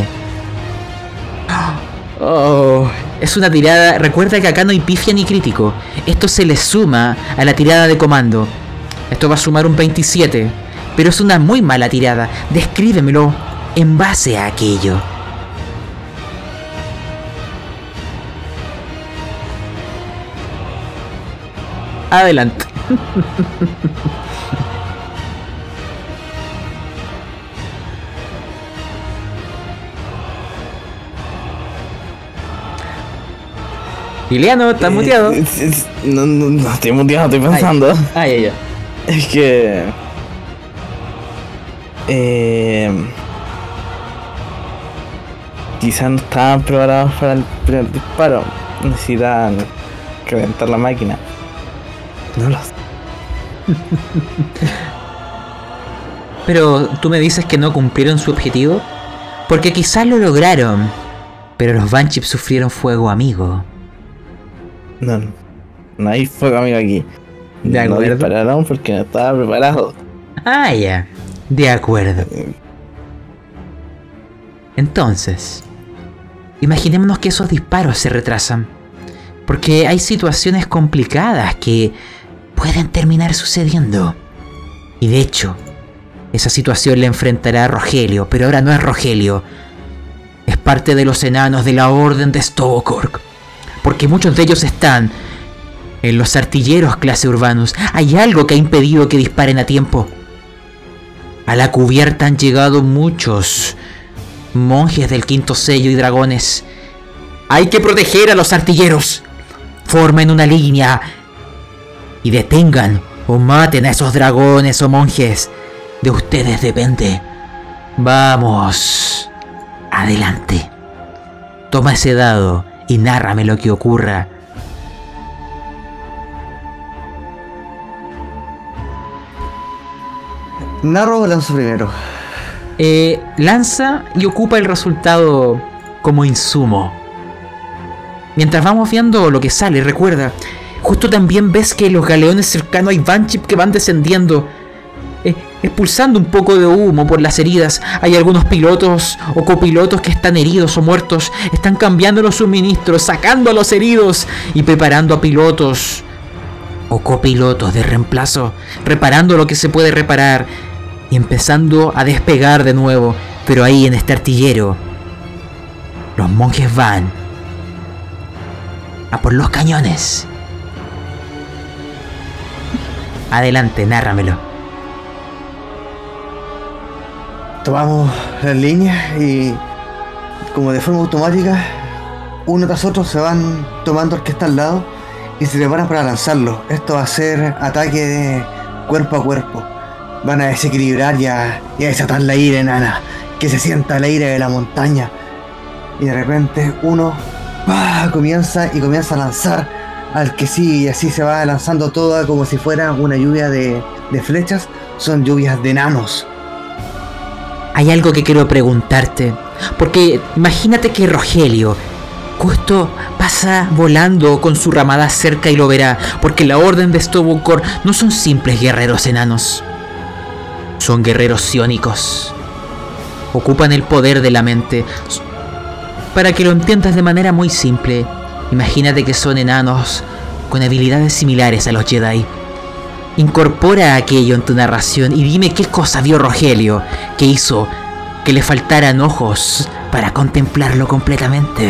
Speaker 1: Oh, es una tirada. Recuerda que acá no hay pifia ni crítico. Esto se le suma a la tirada de comando. Esto va a sumar un 27, pero es una muy mala tirada. Descríbemelo en base a aquello. Adelante. Liliano, ¿estás muteado?
Speaker 5: No estoy muteado, estoy pensando.
Speaker 1: Ya.
Speaker 5: Es que... quizás no estaban preparados para el primer disparo. Necesitan calentar la máquina. No lo sé.
Speaker 1: Pero tú me dices que no cumplieron su objetivo. Porque quizás lo lograron. Pero los Banshees sufrieron fuego amigo.
Speaker 5: No hay fuego amigo aquí.
Speaker 1: De acuerdo.
Speaker 5: No dispararon porque no estaba preparado.
Speaker 1: Ya. De acuerdo. Entonces, imaginémonos que esos disparos se retrasan. Porque hay situaciones complicadas que pueden terminar sucediendo. Y de hecho, esa situación le enfrentará a Rogelio. Pero ahora no es Rogelio. Es parte de los enanos de la Orden de Stobokork. Porque muchos de ellos están en los artilleros clase Urbanus. Hay algo que ha impedido que disparen a tiempo. A la cubierta han llegado muchos monjes del quinto sello y dragones. Hay que proteger a los artilleros. Formen una línea y detengan o maten a esos dragones o monjes. De ustedes depende. Vamos. Adelante. Toma ese dado y nárrame lo que ocurra.
Speaker 4: ¿Narro o lanzo primero?
Speaker 1: Lanza y ocupa el resultado como insumo. Mientras vamos viendo lo que sale, recuerda, justo también ves que en los galeones cercanos hay Banshees que van descendiendo, expulsando un poco de humo por las heridas. Hay algunos pilotos o copilotos que están heridos o muertos. Están cambiando los suministros, sacando a los heridos y preparando a pilotos o copilotos de reemplazo, reparando lo que se puede reparar y empezando a despegar de nuevo. Pero ahí en este artillero, los monjes van a por los cañones. Adelante, nárramelo.
Speaker 4: Tomamos las líneas y, como de forma automática, uno tras otro se van tomando el que está al lado y se preparan para lanzarlo. Esto va a ser ataque de cuerpo a cuerpo. Van a desequilibrar y a desatar la ira enana, que se sienta la ira de la montaña. Y de repente uno comienza a lanzar al que sigue, y así se va lanzando toda como si fuera una lluvia de flechas. Son lluvias de enanos.
Speaker 1: Hay algo que quiero preguntarte, porque imagínate que Rogelio justo pasa volando con su ramada cerca y lo verá, porque la Orden de Stobokork no son simples guerreros enanos, son guerreros psiónicos. Ocupan el poder de la mente. Para que lo entiendas de manera muy simple, imagínate que son enanos con habilidades similares a los Jedi. Incorpora aquello en tu narración y dime qué cosa vio Rogelio que hizo que le faltaran ojos para contemplarlo completamente.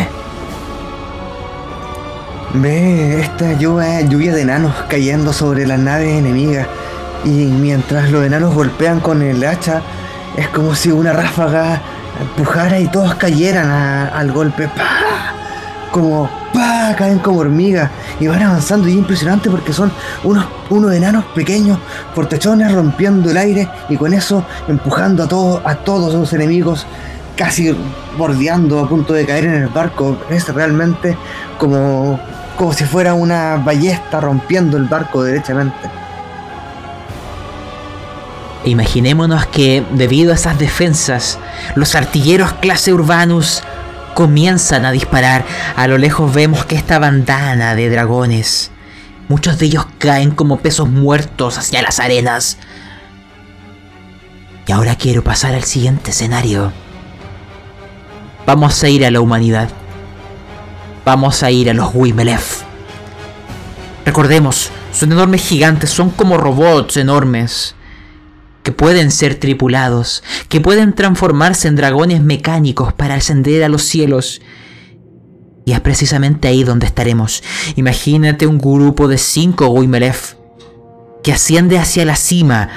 Speaker 4: Ve esta lluvia de enanos cayendo sobre las naves enemigas, y mientras los enanos golpean con el hacha, es como si una ráfaga empujara y todos cayeran al golpe. Caen como hormigas y van avanzando, y es impresionante porque son unos enanos pequeños, fortachones, rompiendo el aire y con eso empujando a todos los enemigos, casi bordeando, a punto de caer en el barco. Es realmente como si fuera una ballesta rompiendo el barco derechamente.
Speaker 1: Imaginémonos que debido a esas defensas, los artilleros clase Urbanus comienzan a disparar. A lo lejos vemos que esta bandana de dragones, muchos de ellos caen como pesos muertos hacia las arenas. Y ahora quiero pasar al siguiente escenario. Vamos a ir a la humanidad. Vamos a ir a los Wimelef. Recordemos, son enormes gigantes, son como robots enormes que pueden ser tripulados, que pueden transformarse en dragones mecánicos para ascender a los cielos. Y es precisamente ahí donde estaremos. Imagínate un grupo de 5 Guimelef que asciende hacia la cima,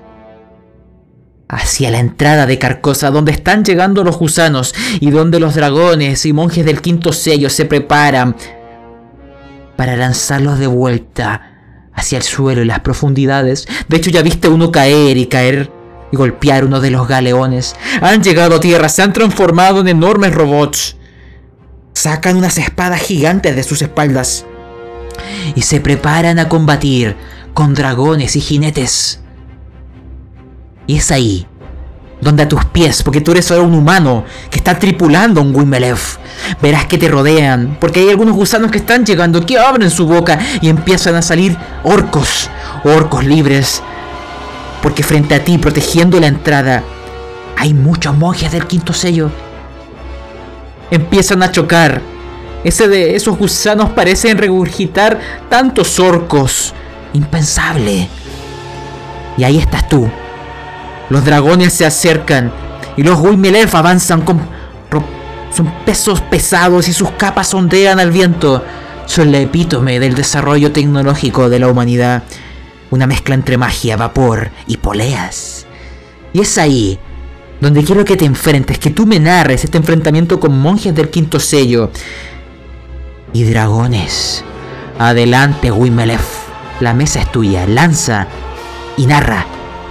Speaker 1: hacia la entrada de Carcosa, donde están llegando los gusanos y donde los dragones y monjes del quinto sello se preparan para lanzarlos de vuelta hacia el suelo y las profundidades. De hecho, ya viste uno caer y golpear uno de los galeones. Han llegado a tierra, se han transformado en enormes robots. Sacan unas espadas gigantes de sus espaldas y se preparan a combatir con dragones y jinetes. Y es ahí donde a tus pies, porque tú eres ahora un humano que está tripulando un Guimelef, verás que te rodean, porque hay algunos gusanos que están llegando, que abren su boca y empiezan a salir orcos libres, porque frente a ti, protegiendo la entrada, hay muchos monjes del quinto sello. Empiezan a chocar. Esos gusanos parecen regurgitar tantos orcos. Impensable. Y ahí estás tú. Los dragones se acercan y los Guimelef avanzan son pesos pesados y sus capas ondean al viento. Son la epítome del desarrollo tecnológico de la humanidad. Una mezcla entre magia, vapor y poleas. Y es ahí donde quiero que te enfrentes, que tú me narres este enfrentamiento con monjes del quinto sello y dragones. Adelante, Guimelef. La mesa es tuya. Lanza y narra.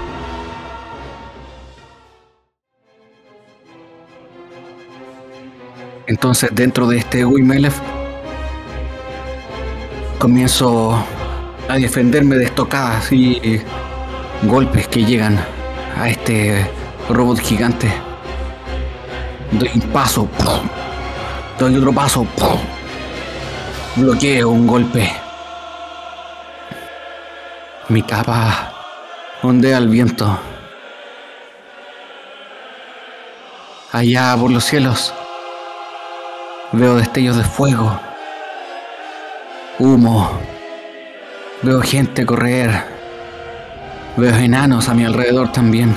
Speaker 2: Entonces, dentro de este Guimelef, comienzo a defenderme de estocadas y golpes que llegan a este robot gigante. Doy un paso, doy otro paso, bloqueo un golpe. Mi capa ondea al viento. Allá por los cielos veo destellos de fuego, humo, veo gente correr, veo enanos a mi alrededor también.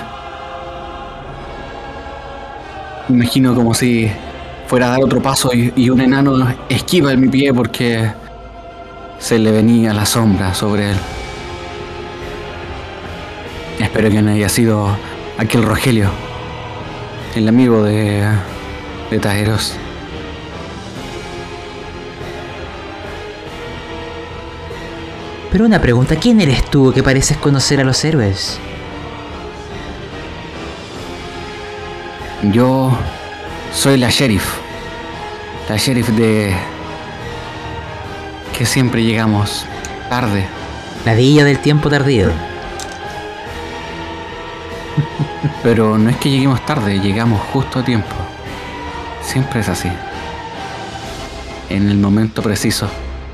Speaker 2: Me imagino como si fuera a dar otro paso y un enano esquiva en mi pie porque se le venía la sombra sobre él. Espero que no haya sido aquel Rogelio, el amigo de Taeros.
Speaker 1: Pero una pregunta, ¿quién eres tú que pareces conocer a los héroes?
Speaker 2: Yo soy la sheriff de que siempre llegamos tarde.
Speaker 1: La villa del tiempo tardío.
Speaker 2: Pero no es que lleguemos tarde, llegamos justo a tiempo. Siempre es así. En el momento preciso.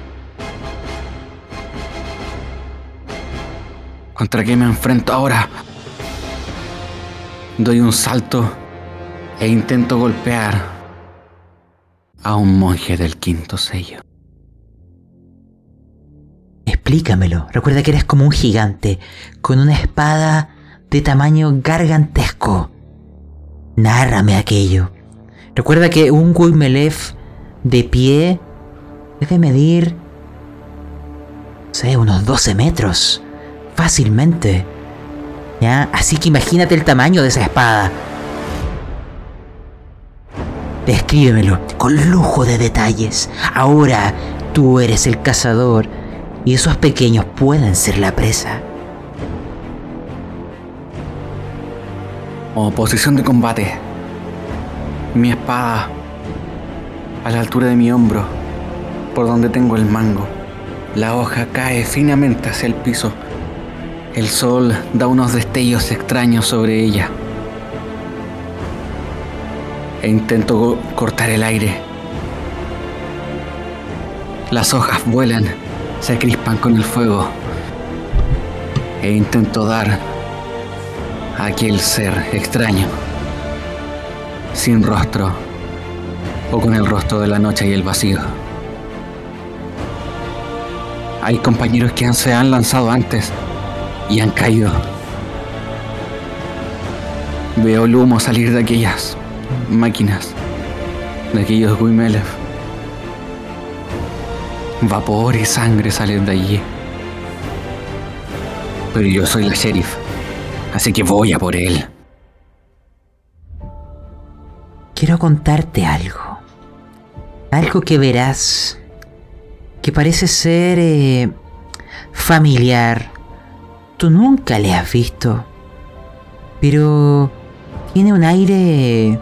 Speaker 2: ¿Contra qué me enfrento ahora? Doy un salto e intento golpear a un monje del quinto sello.
Speaker 1: Explícamelo. Recuerda que eres como un gigante, con una espada de tamaño gargantesco. Nárrame aquello. Recuerda que un Guimelef de pie debe medir, no sé, unos 12 metros. Fácilmente. ¿Ya? Así que imagínate el tamaño de esa espada. Descríbemelo con lujo de detalles. Ahora tú eres el cazador y esos pequeños pueden ser la presa.
Speaker 2: Como posición de combate, mi espada a la altura de mi hombro, por donde tengo el mango. La hoja cae finamente hacia el piso. El sol da unos destellos extraños sobre ella. E intento cortar el aire. Las hojas vuelan, se crispan con el fuego. E intento dar a aquel ser extraño, sin rostro, o con el rostro de la noche y el vacío. Hay compañeros que se han lanzado antes y han caído. Veo el humo salir de aquellas máquinas, de aquellos Guimelef. vapor y sangre salen de allí. Pero yo soy la sheriff, así que voy a por él.
Speaker 1: Quiero contarte algo. Algo que verás que parece ser familiar. Tú nunca le has visto, pero tiene un aire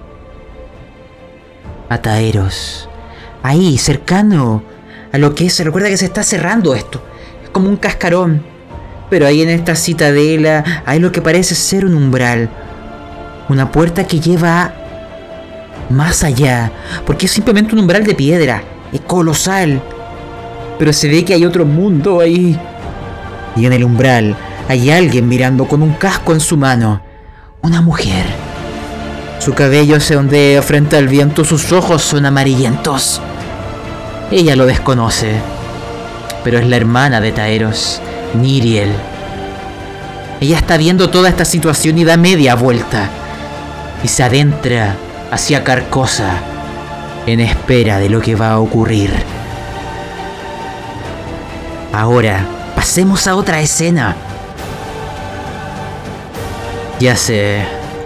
Speaker 1: a Taeros. Ahí, cercano a lo que es. Recuerda que se está cerrando esto. Es como un cascarón. Pero ahí en esta citadela hay lo que parece ser un umbral. Una puerta que lleva más allá. Porque es simplemente un umbral de piedra. Es colosal. Pero se ve que hay otro mundo ahí. Y en el umbral hay alguien mirando con un casco en su mano. Una mujer. Su cabello se ondea frente al viento. Sus ojos son amarillentos. Ella lo desconoce. Pero es la hermana de Taeros, Niriel. Ella está viendo toda esta situación y da media vuelta. Y se adentra hacia Carcosa en espera de lo que va a ocurrir. Ahora, pasemos a otra escena. Ya sé.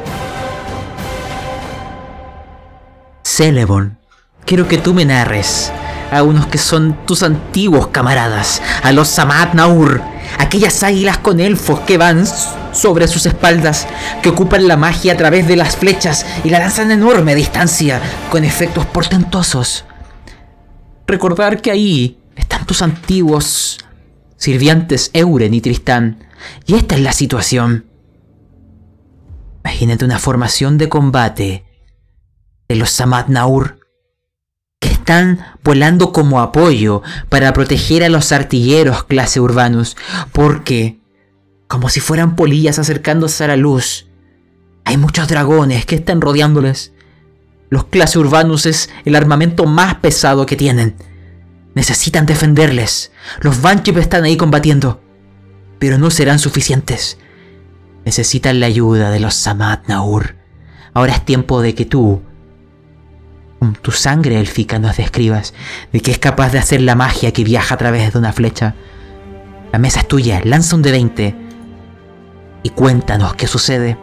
Speaker 1: Celeborn, quiero que tú me narres a unos que son tus antiguos camaradas, a los Samad Naur, aquellas águilas con elfos que van sobre sus espaldas, que ocupan la magia a través de las flechas y la lanzan a enorme distancia, con efectos portentosos. Recordar que ahí están tus antiguos sirvientes Euren y Tristán, y esta es la situación. Imagínate una formación de combate de los Samad Naur, que están volando como apoyo para proteger a los artilleros clase Urbanus, porque, como si fueran polillas acercándose a la luz, hay muchos dragones que están rodeándoles. Los clase Urbanus es el armamento más pesado que tienen. Necesitan defenderles. Los Banshee están ahí combatiendo, pero no serán suficientes. Necesitan la ayuda de los Samad Naur. Ahora es tiempo de que tú, con tu sangre élfica, nos describas de que es capaz de hacer la magia que viaja a través de una flecha. La mesa es tuya, lanza un D20 y cuéntanos qué sucede.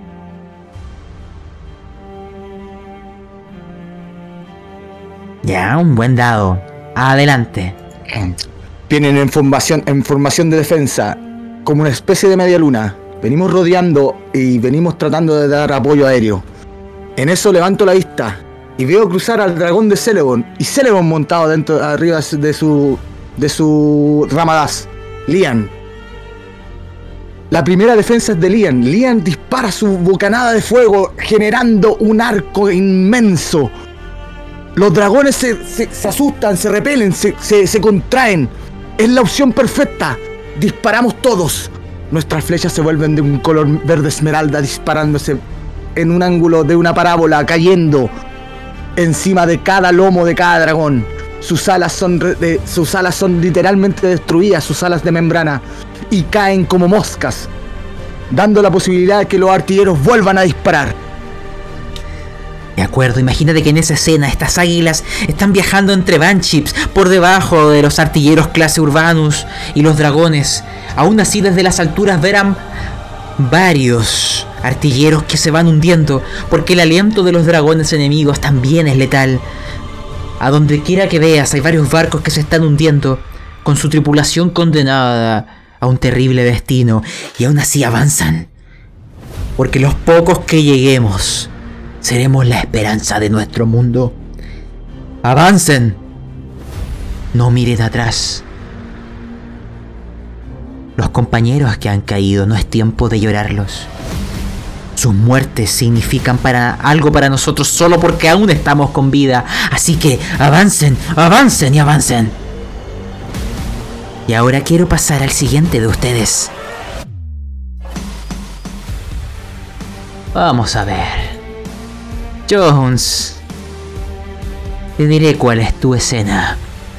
Speaker 1: Ya, un buen dado. Adelante.
Speaker 3: Vienen en formación de defensa, como una especie de media luna. Venimos rodeando y venimos tratando de dar apoyo aéreo. En eso levanto la vista y veo cruzar al dragón de Celeborn, y Celeborn montado arriba de su Ramadaz, Lian. La primera defensa es de Lian. Lian dispara su bocanada de fuego, generando un arco inmenso. Los dragones se asustan, se repelen, se contraen. Es la opción perfecta. Disparamos todos. Nuestras flechas se vuelven de un color verde esmeralda, disparándose en un ángulo de una parábola, cayendo encima de cada lomo de cada dragón. Sus alas son literalmente destruidas, sus alas de membrana, y caen como moscas, dando la posibilidad de que los artilleros vuelvan a disparar.
Speaker 1: De acuerdo, imagínate que en esa escena estas águilas están viajando entre Banshees por debajo de los artilleros clase Urbanus y los dragones. Aún así, desde las alturas verán varios artilleros que se van hundiendo, porque el aliento de los dragones enemigos también es letal. A donde quiera que veas hay varios barcos que se están hundiendo, con su tripulación condenada a un terrible destino, y aún así avanzan, porque los pocos que lleguemos seremos la esperanza de nuestro mundo. ¡Avancen! No miren atrás. Los compañeros que han caído, no es tiempo de llorarlos. Sus muertes significan algo para nosotros solo porque aún estamos con vida. Así que avancen, avancen y avancen. Y ahora quiero pasar al siguiente de ustedes. Vamos a ver. Jones, te diré cuál es tu escena.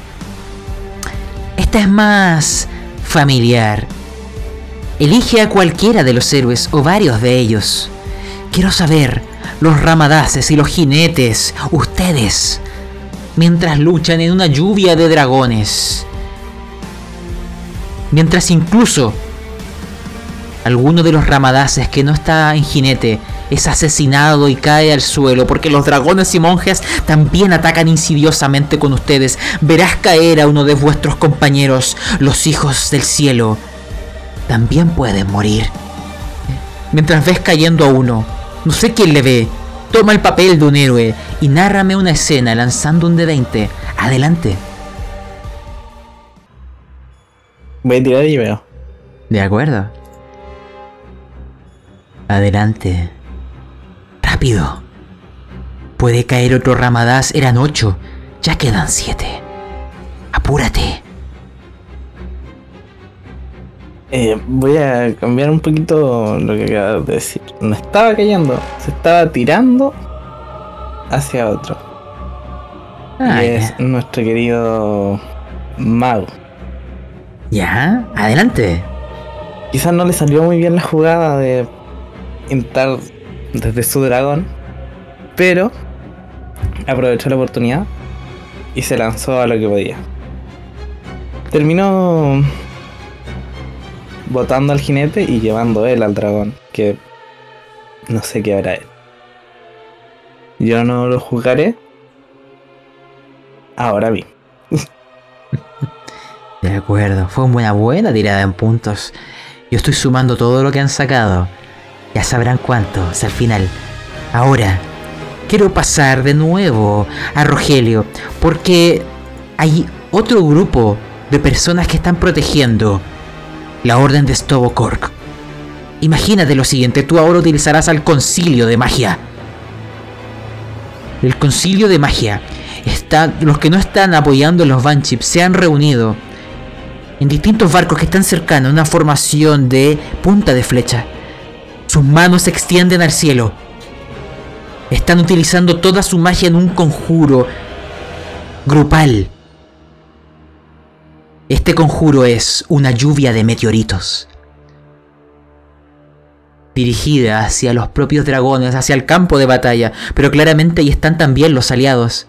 Speaker 1: Esta es más familiar. Elige a cualquiera de los héroes o varios de ellos. Quiero saber, los ramadaces y los jinetes, ustedes, mientras luchan en una lluvia de dragones. Mientras incluso alguno de los ramadaces que no está en jinete es asesinado y cae al suelo, porque los dragones y monjes también atacan insidiosamente con ustedes. Verás caer a uno de vuestros compañeros, los hijos del cielo. También pueden morir. Mientras ves cayendo a uno, no sé quién le ve, toma el papel de un héroe y nárrame una escena lanzando un D20. Adelante.
Speaker 5: Voy a tirar y veo.
Speaker 1: De acuerdo. Adelante. Rápido. Puede caer otro ramadaz, eran 8. Ya quedan 7. Apúrate.
Speaker 5: Voy a cambiar un poquito lo que acabas de decir. No estaba cayendo, se estaba tirando hacia otro. Y es nuestro querido mago.
Speaker 1: Ya, adelante.
Speaker 5: Quizás no le salió muy bien la jugada de entrar desde su dragón, pero aprovechó la oportunidad y se lanzó a lo que podía. Terminó botando al jinete y llevando él al dragón, que no sé qué hará él. Yo no lo jugaré ahora bien.
Speaker 1: De acuerdo, fue una buena tirada en puntos. Yo estoy sumando todo lo que han sacado. Ya sabrán cuántos al final. Ahora, quiero pasar de nuevo a Rogelio, porque hay otro grupo de personas que están protegiendo la Orden de Sto-Bo-Kor. Imagínate lo siguiente, tú ahora utilizarás al Concilio de Magia. El Concilio de Magia. Los que no están apoyando los Banshees se han reunido en distintos barcos que están cercanos a una formación de punta de flecha. Sus manos se extienden al cielo. Están utilizando toda su magia en un conjuro grupal. Este conjuro es una lluvia de meteoritos, dirigida hacia los propios dragones, hacia el campo de batalla, pero claramente ahí están también los aliados.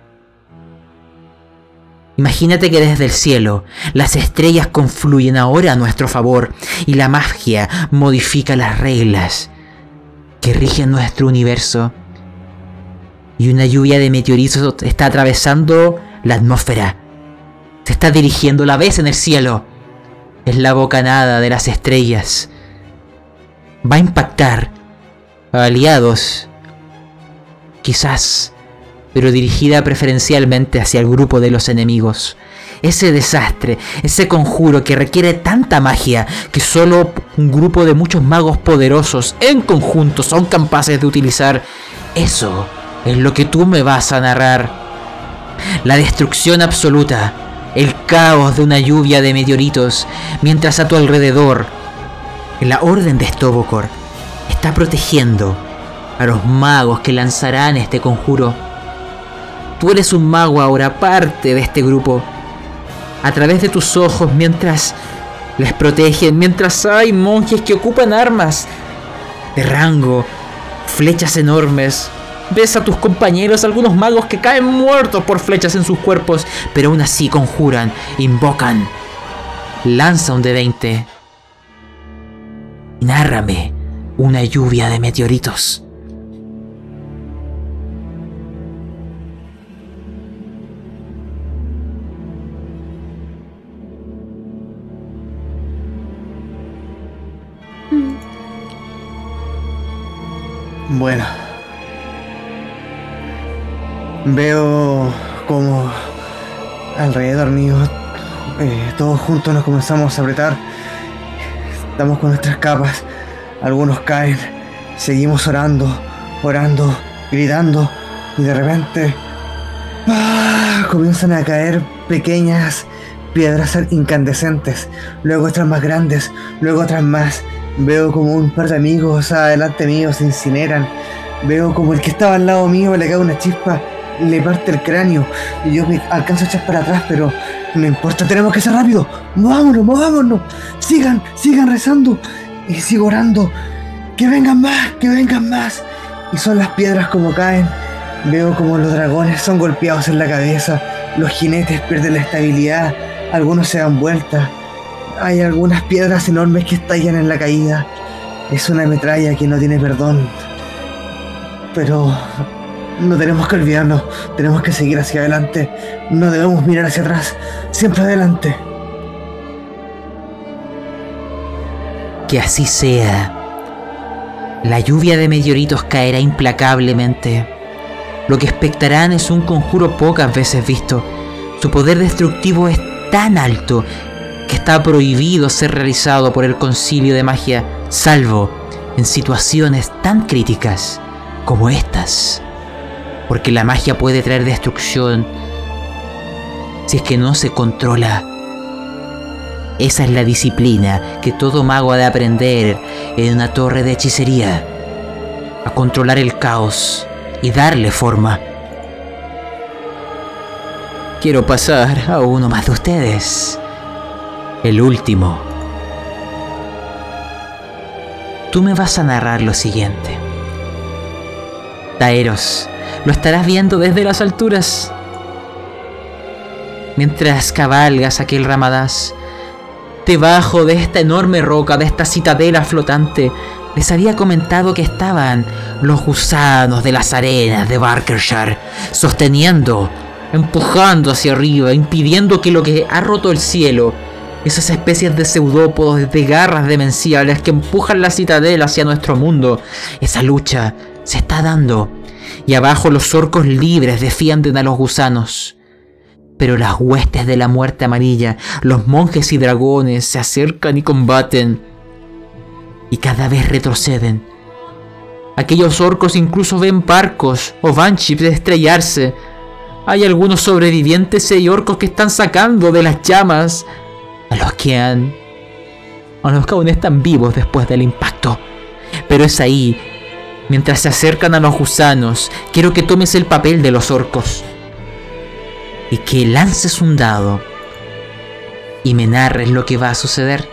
Speaker 1: Imagínate que desde el cielo las estrellas confluyen ahora a nuestro favor y la magia modifica las reglas que rigen nuestro universo. Y una lluvia de meteoritos está atravesando la atmósfera. Se está dirigiendo, la ves en el cielo. Es la bocanada de las estrellas. Va a impactar a aliados, quizás, pero dirigida preferencialmente hacia el grupo de los enemigos. Ese desastre, ese conjuro que requiere tanta magia que solo un grupo de muchos magos poderosos en conjunto son capaces de utilizar. Eso es lo que tú me vas a narrar. La destrucción absoluta, el caos de una lluvia de meteoritos, mientras a tu alrededor la Orden de Sto-Bo-Kor está protegiendo a los magos que lanzarán este conjuro. Tú eres un mago ahora, parte de este grupo. A través de tus ojos, mientras les protegen, mientras hay monjes que ocupan armas de rango, flechas enormes, ves a tus compañeros, algunos magos que caen muertos por flechas en sus cuerpos, pero aún así conjuran, invocan. Lanza un D20 y nárrame una lluvia de meteoritos.
Speaker 4: Bueno, veo como alrededor mío todos juntos nos comenzamos a apretar. Estamos con nuestras capas, algunos caen, seguimos orando, gritando, y de repente comienzan a caer pequeñas piedras incandescentes, luego otras más grandes, luego otras más. Veo como un par de amigos adelante mío se incineran. Veo como el que estaba al lado mío le cae una chispa, le parte el cráneo. Y yo me alcanzo a echar para atrás, pero no importa, tenemos que ser rápido. Movámonos. Sigan rezando. Y sigo orando. Que vengan más. Y son las piedras como caen. Veo como los dragones son golpeados en la cabeza, los jinetes pierden la estabilidad, algunos se dan vueltas. Hay algunas piedras enormes que estallan en la caída. Es una metralla que no tiene perdón. Pero no tenemos que olvidarnos, tenemos que seguir hacia adelante. No debemos mirar hacia atrás, siempre adelante.
Speaker 1: Que así sea. La lluvia de meteoritos caerá implacablemente. Lo que expectarán es un conjuro pocas veces visto. Su poder destructivo es tan alto que está prohibido ser realizado por el Concilio de Magia, salvo en situaciones tan críticas como estas. Porque la magia puede traer destrucción si es que no se controla. Esa es la disciplina que todo mago ha de aprender en una torre de hechicería. A controlar el caos y darle forma. Quiero pasar a uno más de ustedes. El último. Tú me vas a narrar lo siguiente. Taeros, lo estarás viendo desde las alturas. Mientras cabalgas aquel Ramadás, debajo de esta enorme roca, de esta citadela flotante, les había comentado que estaban los gusanos de las arenas de Barkershire, sosteniendo, empujando hacia arriba, impidiendo que lo que ha roto el cielo, esas especies de pseudópodos, de garras demenciales que empujan la citadela hacia nuestro mundo, esa lucha se está dando, y abajo los orcos libres defienden a los gusanos. Pero las huestes de la muerte amarilla, los monjes y dragones se acercan y combaten. Y cada vez retroceden. Aquellos orcos incluso ven barcos o banshees estrellarse. Hay algunos sobrevivientes y orcos que están sacando de las llamas a los que aún están vivos después del impacto. Pero es ahí, mientras se acercan a los gusanos, quiero que tomes el papel de los orcos. Y que lances un dado y me narres lo que va a suceder.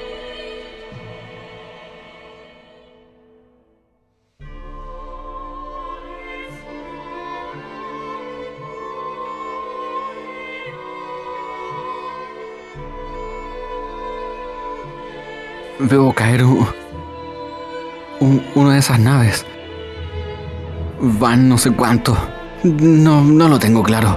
Speaker 2: Veo caer una de esas naves. Van no sé cuánto. No lo tengo claro.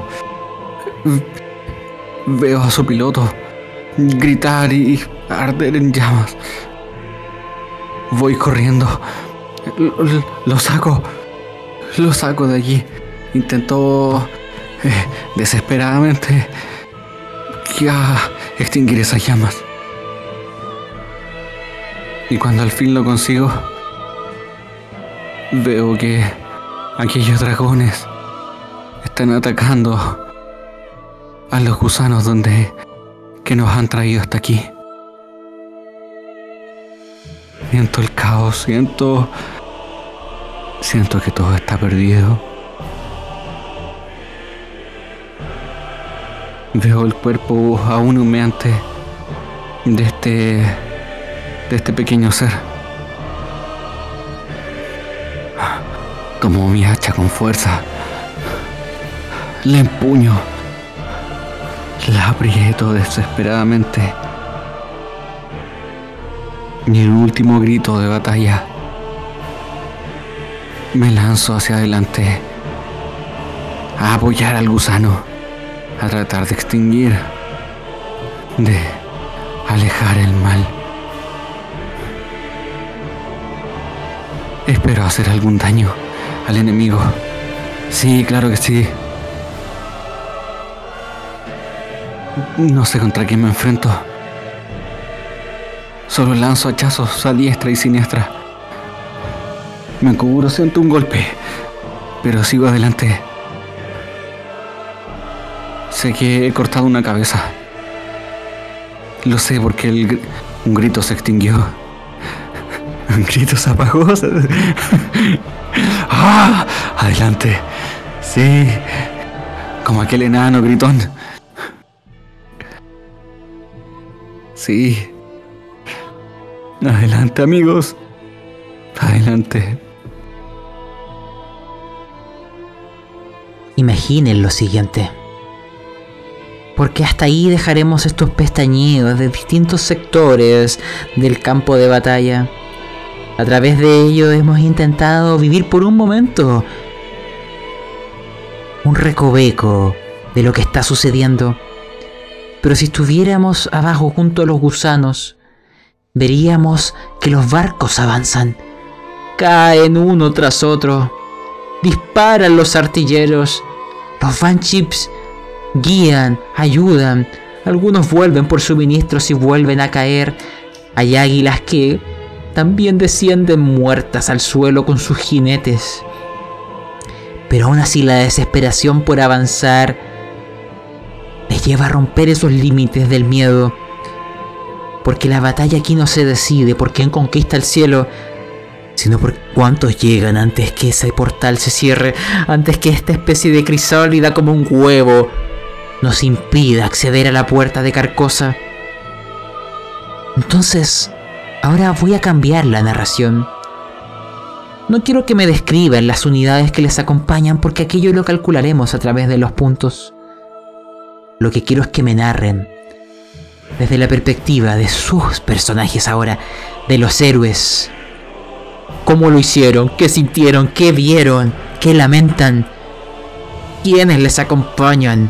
Speaker 2: Veo a su piloto gritar y arder en llamas. Voy corriendo. Lo saco de allí. Intento desesperadamente extinguir esas llamas. Y cuando al fin lo consigo, veo que aquellos dragones están atacando a los gusanos que nos han traído hasta aquí. Siento el caos, siento que todo está perdido. Veo el cuerpo aún humeante de este pequeño ser. Tomo mi hacha con fuerza. La empuño. La aprieto desesperadamente. Y en un último grito de batalla, me lanzo hacia adelante a apoyar al gusano, a tratar de extinguir, de alejar el mal. Espero hacer algún daño al enemigo. Sí, claro que sí. No sé contra quién me enfrento. Solo lanzo hachazos a diestra y siniestra. Me cubro, siento un golpe, pero sigo adelante. Sé que he cortado una cabeza. Lo sé porque un grito se extinguió. Un grito se apagó. ¡Ah! Adelante. Sí. Como aquel enano gritón. Sí. Adelante, amigos. Adelante.
Speaker 1: imaginen lo siguiente. Porque hasta ahí dejaremos estos pestañeos de distintos sectores del campo de batalla. A través de ello hemos intentado vivir por un momento un recoveco de lo que está sucediendo. Pero si estuviéramos abajo junto a los gusanos, veríamos que los barcos avanzan, caen uno tras otro, disparan los artilleros, los Banshees guían, ayudan, algunos vuelven por suministros y vuelven a caer. Hay águilas que también descienden muertas al suelo con sus jinetes. Pero aún así la desesperación por avanzar les lleva a romper esos límites del miedo. Porque la batalla aquí no se decide por quién conquista el cielo, sino por cuántos llegan antes que ese portal se cierre, antes que esta especie de crisálida como un huevo nos impida acceder a la puerta de Carcosa. Entonces, ahora voy a cambiar la narración. No quiero que me describan las unidades que les acompañan, porque aquello lo calcularemos a través de los puntos. Lo que quiero es que me narren desde la perspectiva de sus personajes ahora, de los héroes. ¿Cómo lo hicieron? ¿Qué sintieron? ¿Qué vieron? ¿Qué lamentan? ¿Quiénes les acompañan?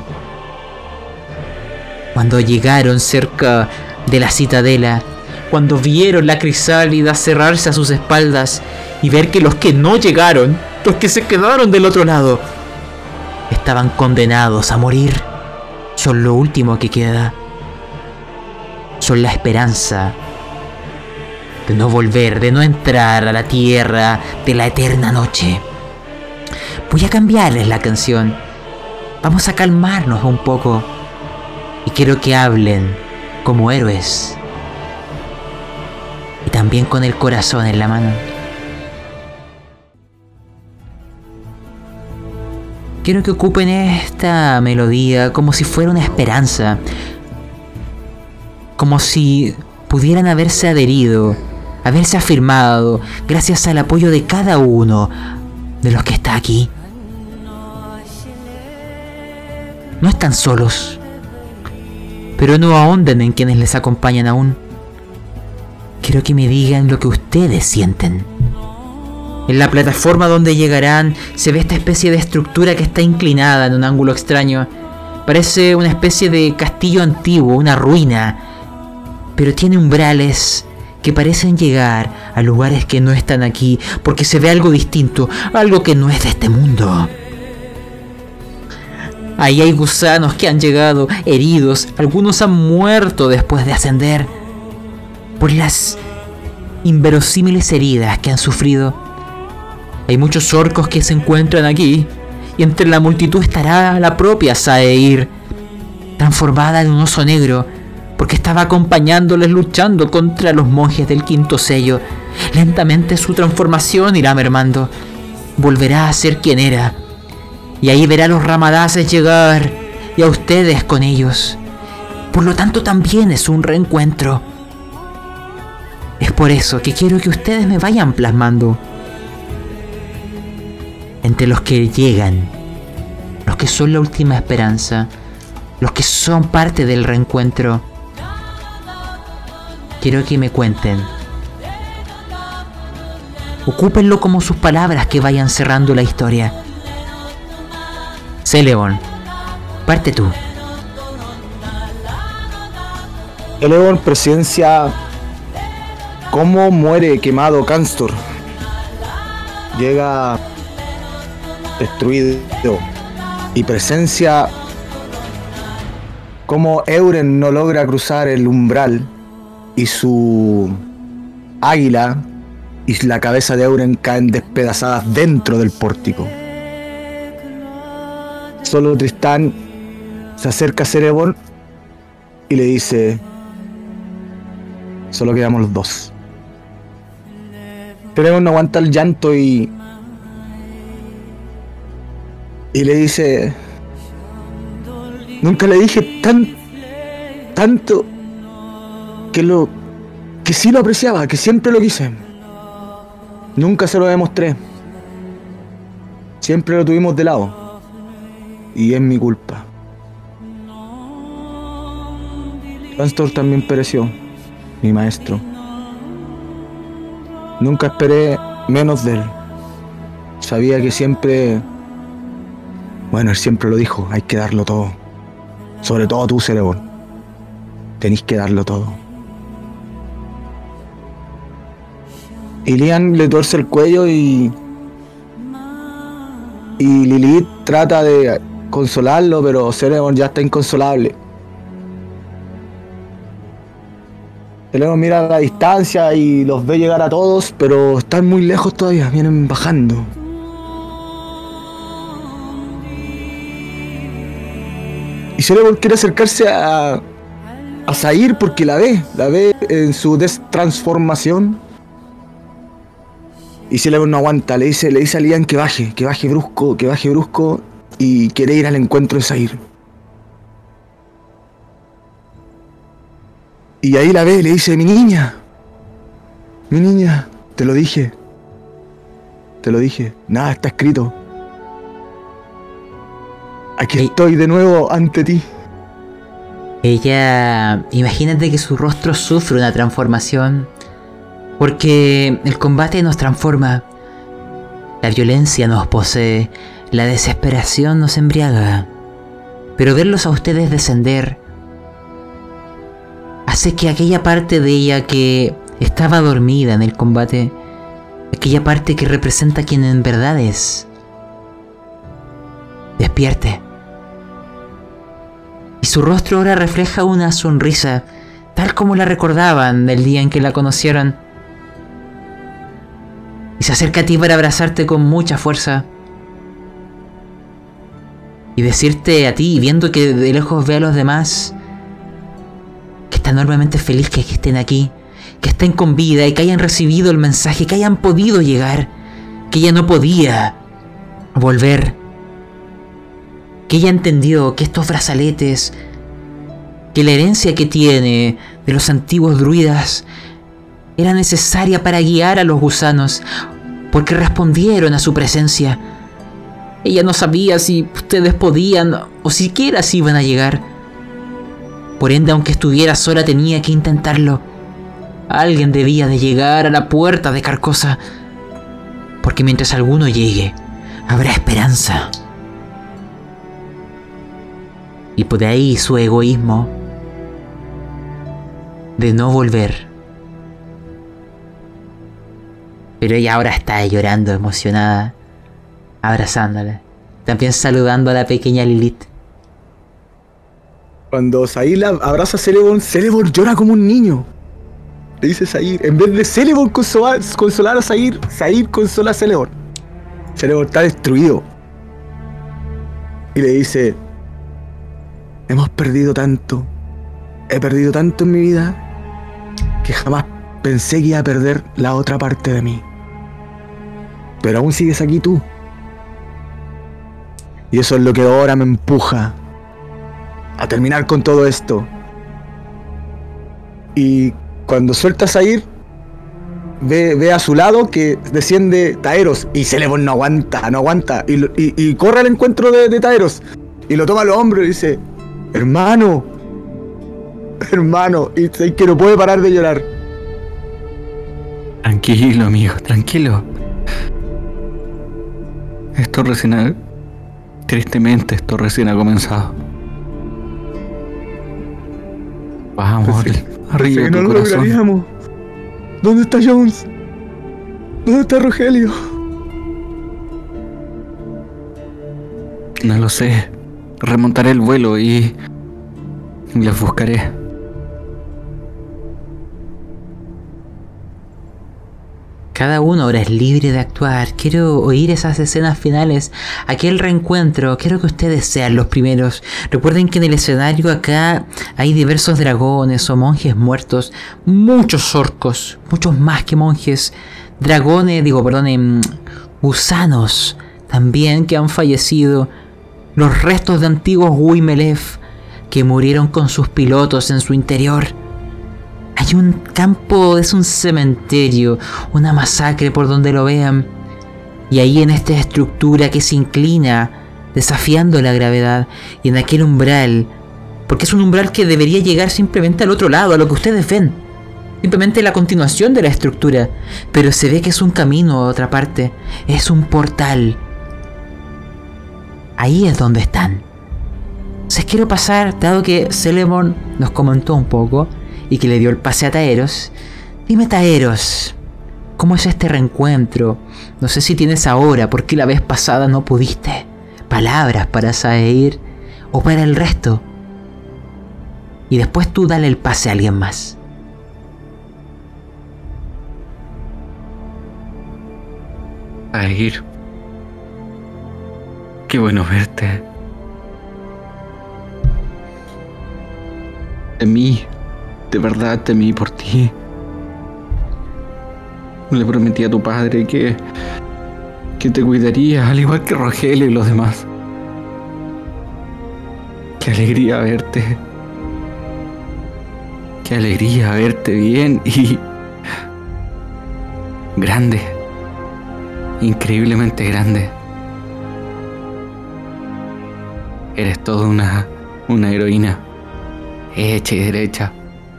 Speaker 1: Cuando llegaron cerca de la citadela, cuando vieron la crisálida cerrarse a sus espaldas y ver que los que no llegaron, los que se quedaron del otro lado, estaban condenados a morir. Son lo último que queda. Son la esperanza de no volver, de no entrar a la tierra de la eterna noche. Voy a cambiarles la canción. Vamos a calmarnos un poco. Y quiero que hablen como héroes. Y también con el corazón en la mano. Quiero que ocupen esta melodía como si fuera una esperanza. Como si pudieran haberse adherido, haberse afirmado gracias al apoyo de cada uno de los que está aquí. No están solos, pero no ahonden en quienes les acompañan aún. Quiero que me digan lo que ustedes sienten. En la plataforma donde llegarán se ve esta especie de estructura que está inclinada en un ángulo extraño. Parece una especie de castillo antiguo, una ruina, pero tiene umbrales que parecen llegar a lugares que no están aquí, porque se ve algo distinto, algo que no es de este mundo. Ahí hay gusanos que han llegado heridos, algunos han muerto después de ascender por las inverosímiles heridas que han sufrido. Hay muchos orcos que se encuentran aquí, y entre la multitud estará la propia Saeir, transformada en un oso negro, porque estaba acompañándoles luchando contra los monjes del quinto sello. Lentamente su transformación irá mermando, volverá a ser quien era, y ahí verá a los ramadaces llegar, y a ustedes con ellos. Por lo tanto también es un reencuentro. Es por eso que quiero que ustedes me vayan plasmando entre los que llegan, los que son la última esperanza, los que son parte del reencuentro. Quiero que me cuenten. Ocúpenlo como sus palabras que vayan cerrando la historia. Celeborn, parte tú.
Speaker 3: Celeborn presencia cómo muere quemado Canstor. Llega destruido y presencia cómo Euren no logra cruzar el umbral y su águila y la cabeza de Euren caen despedazadas dentro del pórtico. Solo Tristán se acerca a Celeborn y le dice: solo quedamos los dos. Celeborn no aguanta el llanto y le dice: nunca le dije tanto que sí lo apreciaba, que siempre lo quise. Nunca se lo demostré. Siempre lo tuvimos de lado. y es mi culpa. Ranstor también pereció, mi maestro. Nunca esperé menos de él. Sabía que siempre... Bueno, él siempre lo dijo, hay que darlo todo. Sobre todo tú, Celeborn. Tenéis que darlo todo. Y Lian le tuerce el cuello y Lilith trata de consolarlo, pero Celeborn ya está inconsolable. Celeborn mira a la distancia y los ve llegar a todos, pero están muy lejos todavía, vienen bajando. Y Celeborn quiere acercarse a Zair porque la ve en su destransformación. Y Celeborn no aguanta, le dice a Lian que baje brusco, y quiere ir al encuentro de Zair. Y ahí la ve y le dice, mi niña, te lo dije, nada está escrito. Aquí estoy de nuevo ante ti.
Speaker 1: Ella, imagínate que su rostro sufre una transformación, porque el combate nos transforma, la violencia nos posee, la desesperación nos embriaga, pero verlos a ustedes descender hace que aquella parte de ella que estaba dormida en el combate, aquella parte que representa quien en verdad es, despierte. Y su rostro ahora refleja una sonrisa, tal como la recordaban del día en que la conocieron. Y se acerca a ti para abrazarte con mucha fuerza. Y decirte a ti, viendo que de lejos ve a los demás, que está enormemente feliz que estén aquí, que estén con vida y que hayan recibido el mensaje, que hayan podido llegar, que ella no podía volver, que ella entendió que estos brazaletes, que la herencia que tiene de los antiguos druidas era necesaria para guiar a los gusanos, porque respondieron a su presencia. Ella no sabía si ustedes podían o siquiera si iban a llegar. Por ende, aunque estuviera sola, tenía que intentarlo. Alguien debía de llegar a la puerta de Carcosa, porque mientras alguno llegue, habrá esperanza. Y por ahí su egoísmo de no volver. Pero ella ahora está llorando, emocionada, abrazándola, también saludando a la pequeña Lilith.
Speaker 3: Cuando Zair abraza a Celeborn llora como un niño. Le dice Zair, en vez de Celeborn consolar a Zair consola a Celeborn. Celeborn está destruido. Y le dice, hemos perdido tanto. He perdido tanto en mi vida que jamás pensé que iba a perder la otra parte de mí. Pero aún sigues aquí tú. Y eso es lo que ahora me empuja a terminar con todo esto. Y cuando sueltas a ir, ve a su lado que desciende Taeros. Y Celeborn no aguanta. Y corre al encuentro de Taeros. Y lo toma a los hombros y dice, hermano. Y sé que no puede parar de llorar.
Speaker 2: Tranquilo, amigo, tranquilo. Tristemente, esto recién ha comenzado. Vamos, arriba
Speaker 3: que
Speaker 2: tu
Speaker 3: no lo
Speaker 2: corazón.
Speaker 3: lograríamos. ¿Dónde está Jones? ¿Dónde está Rogelio?
Speaker 2: No lo sé. Remontaré el vuelo y los buscaré.
Speaker 1: Cada uno ahora es libre de actuar. Quiero oír esas escenas finales, aquel reencuentro. Quiero que ustedes sean los primeros. Recuerden que en el escenario acá hay diversos dragones o monjes muertos, muchos orcos, muchos más que monjes, gusanos también que han fallecido, los restos de antiguos Guimelef que murieron con sus pilotos en su interior. Hay un campo, es un cementerio, una masacre por donde lo vean. Y ahí en esta estructura que se inclina desafiando la gravedad, y en aquel umbral, porque es un umbral que debería llegar simplemente al otro lado, a lo que ustedes ven, simplemente la continuación de la estructura, pero se ve que es un camino a otra parte, es un portal. Ahí es donde están. Entonces quiero pasar, dado que Celeborn nos comentó un poco y que le dio el pase a Taeros. Dime, Taeros, ¿cómo es este reencuentro? No sé si tienes ahora, porque la vez pasada no pudiste, palabras para Saeir o para el resto. Y después tú dale el pase a alguien más.
Speaker 2: Saeir, qué bueno verte. Temí, de verdad temí por ti. Le prometí a tu padre que te cuidaría, al igual que Rogelio y los demás. Qué alegría verte. Qué alegría verte bien y grande. Increíblemente grande. Eres toda una heroína. Hecha y derecha.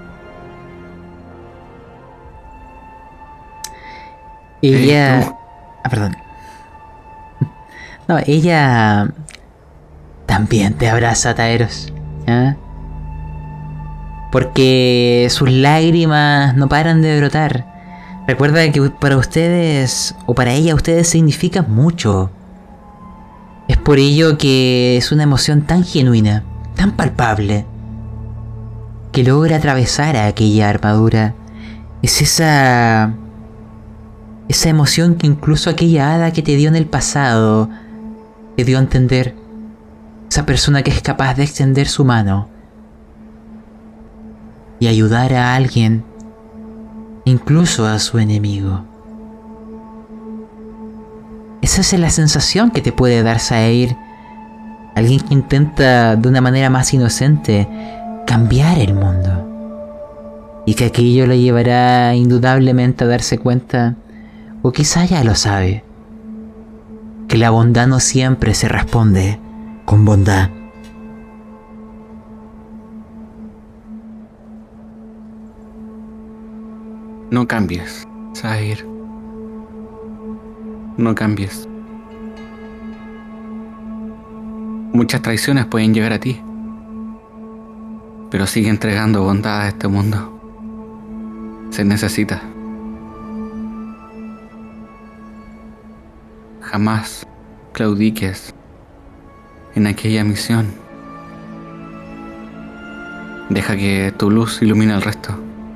Speaker 1: Ella... perdón. No, ella... también te abraza, Taeros. ¿Ya? Porque sus lágrimas no paran de brotar. Recuerda que para ustedes, o para ella, ustedes significan mucho. Es por ello que es una emoción tan genuina, tan palpable, que logra atravesar a aquella armadura. Es esa emoción que incluso aquella hada que te dio en el pasado te dio a entender. Esa persona que es capaz de extender su mano y ayudar a alguien, incluso a su enemigo. Esa es la sensación que te puede dar Saeir. Alguien que intenta de una manera más inocente cambiar el mundo. Y que aquello le llevará indudablemente a darse cuenta, o quizá ya lo sabe, que la bondad no siempre se responde con bondad.
Speaker 2: No cambies, Saeir. No cambies. Muchas traiciones pueden llegar a ti, pero sigue entregando bondad a este mundo. Se necesita. Jamás claudiques en aquella misión. Deja que tu luz ilumine al resto.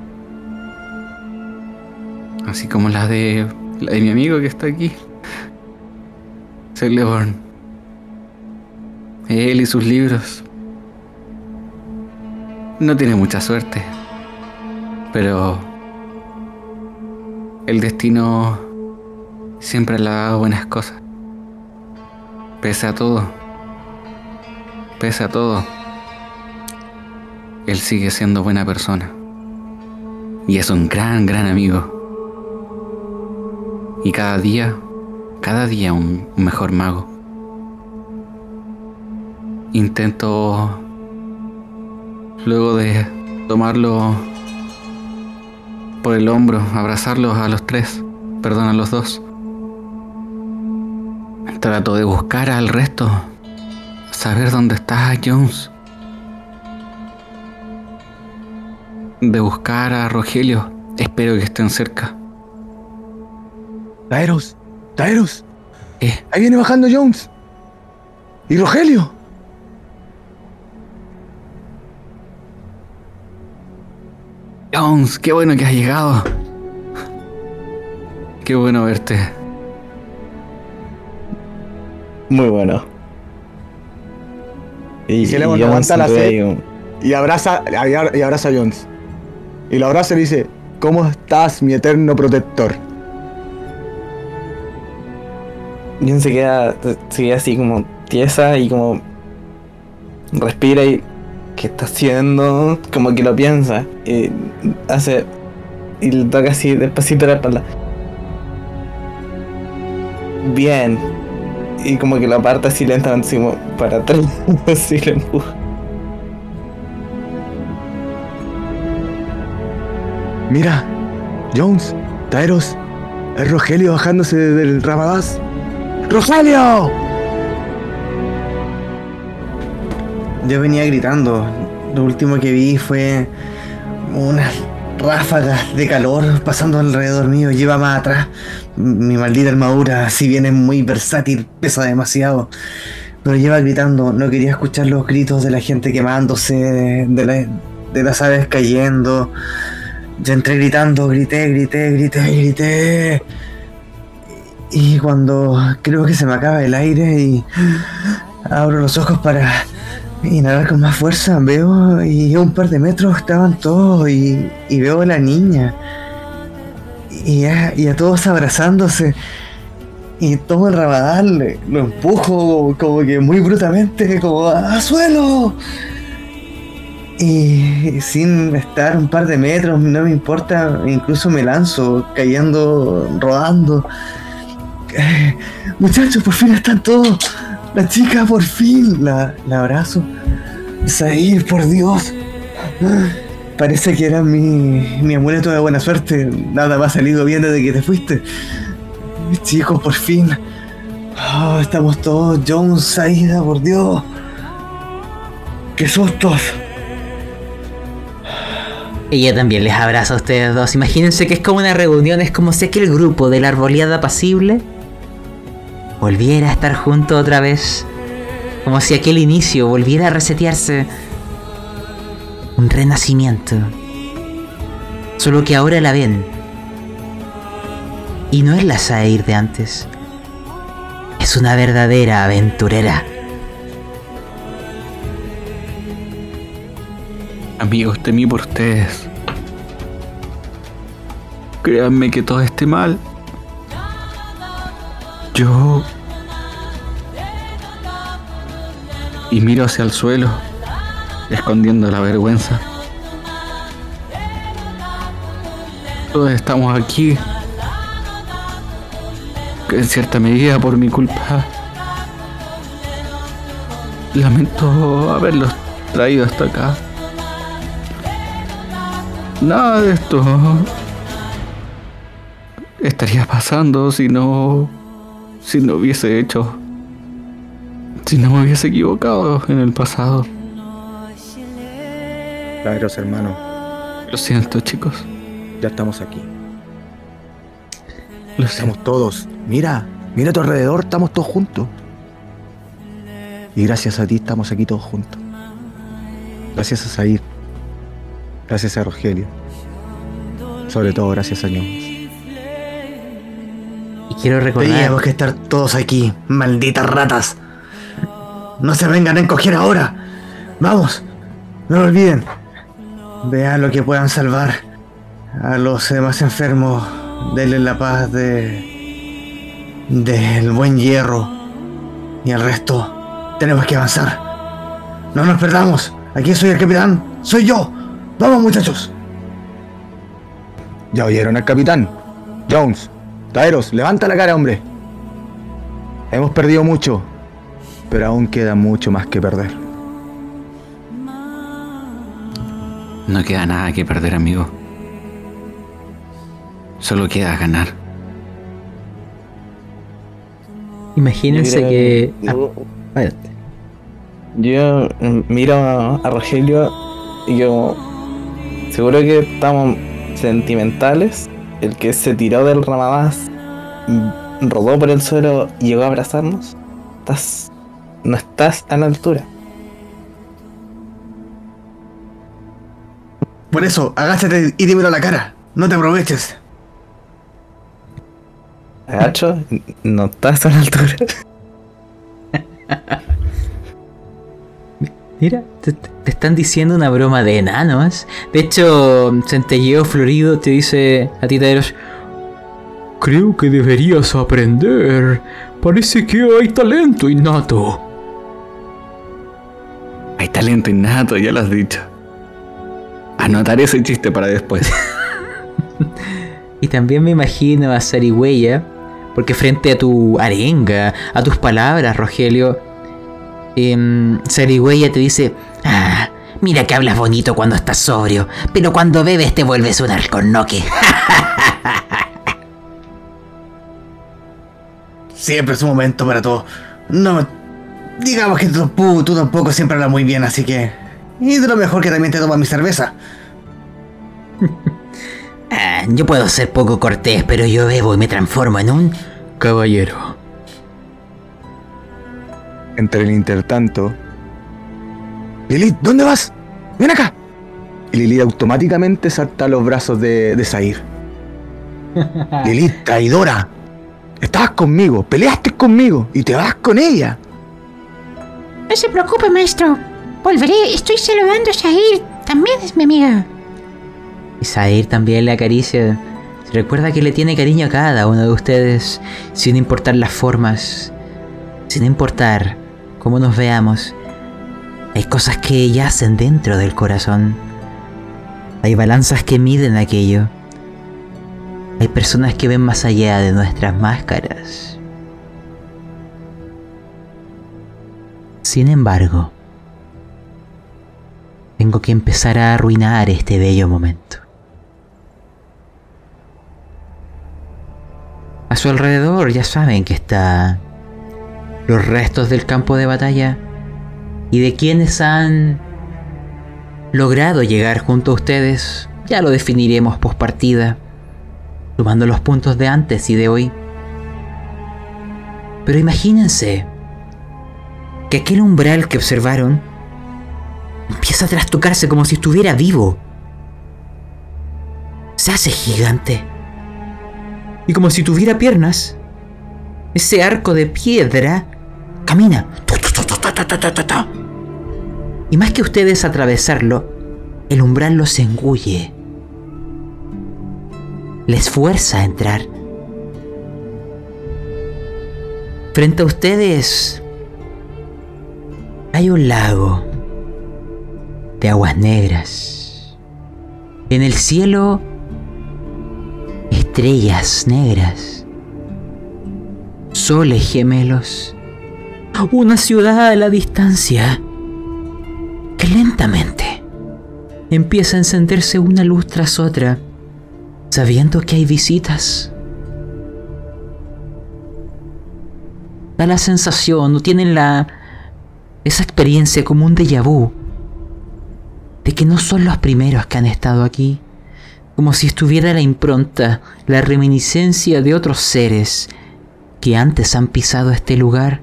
Speaker 2: Así como la de mi amigo que está aquí, Celeborn. Él y sus libros. No tiene mucha suerte, pero el destino siempre le ha dado buenas cosas. Pese a todo, él sigue siendo buena persona. Y es un gran, gran amigo. Y cada día un mejor mago. Intento, luego de tomarlo por el hombro, abrazarlos a los tres, perdón, a los dos. Trato de buscar al resto, saber dónde está Jones. De buscar a Rogelio, espero que estén cerca.
Speaker 3: Taeros, Taeros.
Speaker 2: ¿Eh?
Speaker 3: Ahí viene bajando Jones. ¿Y Rogelio?
Speaker 2: Jones, qué bueno que has llegado. Qué bueno verte.
Speaker 5: Muy bueno.
Speaker 3: Y se le
Speaker 5: Jones
Speaker 3: aguanta la
Speaker 5: ve
Speaker 3: sed
Speaker 5: ahí
Speaker 3: y abraza a Jones. Y lo abraza y le dice: ¿cómo estás, mi eterno protector?
Speaker 5: Jones se queda así como tiesa y como respira y ¿qué está haciendo? Como que lo piensa y hace y le toca así despacito la espalda. Bien. Y como que lo aparta así lentamente así como para atrás. Así lo empuja.
Speaker 3: Mira, Jones, Taeros, es Rogelio bajándose del Ramadás. ¡Rogelio!
Speaker 4: Yo venía gritando. Lo último que vi fue unas ráfagas de calor pasando alrededor mío. Lleva más atrás. Mi maldita armadura, si bien es muy versátil, pesa demasiado. Pero lleva gritando. No quería escuchar los gritos de la gente quemándose, de las aves cayendo. Yo entré gritando, grité. Y cuando creo que se me acaba el aire y abro los ojos para inhalar con más fuerza, veo y a un par de metros estaban todos y veo a la niña y a todos abrazándose y tomo el rabadal, lo empujo como que muy brutamente, como ¡a suelo! Y sin estar un par de metros, no me importa, incluso me lanzo, cayendo, rodando. Muchachos, por fin están todos. La chica, por fin. La abrazo. Sair, por Dios. Parece que era mi amuleto de buena suerte. Nada me ha salido bien desde que te fuiste. Chicos, por fin. Oh, estamos todos. Jones, Saida, por Dios. ¡Qué sustos!
Speaker 1: Ella también les abraza a ustedes dos. Imagínense que es como una reunión, es como si aquel grupo de la arboleada apacible volviera a estar junto otra vez. Como si aquel inicio volviera a resetearse. Un renacimiento. Solo que ahora la ven. Y no es la Sair de antes. Es una verdadera aventurera.
Speaker 2: Amigos, temí por ustedes. Créanme que todo esté mal. Yo... Y miro hacia el suelo, escondiendo la vergüenza. Todos estamos aquí, que en cierta medida por mi culpa. Lamento haberlos traído hasta acá. Nada de esto estaría pasando si no me hubiese equivocado en el pasado.
Speaker 3: Taeros, hermano,
Speaker 2: Lo siento, chicos.
Speaker 3: ya estamos aquí.
Speaker 2: Lo
Speaker 3: Estamos
Speaker 2: siento.
Speaker 3: todos. Mira a tu alrededor, estamos todos juntos. Y gracias a ti estamos aquí todos juntos. Gracias a Said. Gracias a Rogelio. Sobre todo gracias a Jones.
Speaker 1: Y quiero recordar...
Speaker 4: Teníamos que estar todos aquí, malditas ratas. No se vengan a encoger ahora. Vamos, no lo olviden. Vean lo que puedan salvar. A los demás enfermos, denle la paz del buen hierro. Y al resto, tenemos que avanzar. No nos perdamos. Aquí soy el capitán. Soy yo. Vamos, muchachos.
Speaker 3: Ya oyeron al capitán. Jones, Taeros, levanta la cara, hombre. Hemos perdido mucho, pero aún queda mucho más que perder.
Speaker 2: No queda nada que perder, amigo. Solo queda ganar.
Speaker 1: Imagínense
Speaker 5: Yo
Speaker 1: que...
Speaker 5: creo-
Speaker 1: adelante.
Speaker 5: Yo miro a Rogelio y yo seguro que estamos sentimentales. El que se tiró del Ramadás, rodó por el suelo y llegó a abrazarnos. No estás a la altura.
Speaker 4: Por eso, agáchate y dímelo a la cara. No te aproveches.
Speaker 5: Agacho, no estás a la altura.
Speaker 1: Mira, te están diciendo una broma de enanos. De hecho, Centelleo Florido te dice a ti, Taeros:
Speaker 7: Creo que deberías aprender. Parece que hay talento innato.
Speaker 2: Hay talento innato, ya lo has dicho. Anotaré ese chiste para después.
Speaker 1: Y también me imagino a Zarigüeya Porque frente a tu arenga, a tus palabras, Rogelio, Zarigüeya te dice:
Speaker 6: Ah, mira que hablas bonito cuando estás sobrio, pero cuando bebes te vuelves un alcornoque.
Speaker 4: Siempre es un momento para todo. No, digamos que tú tampoco siempre hablas muy bien, así que... Y de lo mejor que también te tomas mi cerveza.
Speaker 6: Yo puedo ser poco cortés, pero yo bebo y me transformo en un...
Speaker 7: Caballero.
Speaker 3: Entre el intertanto... Lilith, ¿dónde vas? ¡Ven acá! Y Lilith automáticamente salta a los brazos de Zahir. Lilith, traidora. Estabas conmigo, peleaste conmigo y te vas con ella.
Speaker 6: No se preocupe, maestro. Volveré, estoy saludando a Zahir. También es mi amiga.
Speaker 1: Y Zahir también le acaricia. Recuerda que le tiene cariño a cada uno de ustedes, sin importar las formas, sin importar cómo nos veamos. Hay cosas que yacen dentro del corazón. Hay balanzas que miden aquello. Hay personas que ven más allá de nuestras máscaras. Sin embargo, tengo que empezar a arruinar este bello momento. A su alrededor ya saben que están los restos del campo de batalla y de quienes han logrado llegar junto a ustedes. Ya lo definiremos post partida, sumando los puntos de antes y de hoy. Pero imagínense que aquel umbral que observaron empieza a trastocarse como si estuviera vivo. Se hace gigante. Y como si tuviera piernas, ese arco de piedra camina. Y más que ustedes atravesarlo, el umbral los engulle. Les fuerza a entrar. Frente a ustedes hay un lago de aguas negras. En el cielo, estrellas negras, soles gemelos, una ciudad a la distancia que lentamente empieza a encenderse una luz tras otra, sabiendo que hay visitas. Da la sensación, no tienen esa experiencia como un déjà vu, de que no son los primeros que han estado aquí, como si estuviera la impronta, la reminiscencia de otros seres que antes han pisado este lugar.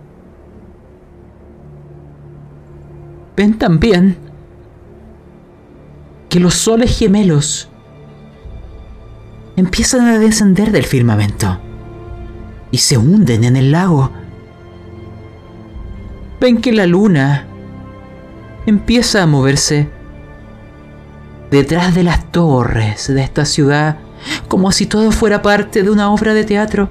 Speaker 1: Ven también que los soles gemelos empiezan a descender del firmamento y se hunden en el lago. Ven que la luna empieza a moverse detrás de las torres de esta ciudad, como si todo fuera parte de una obra de teatro,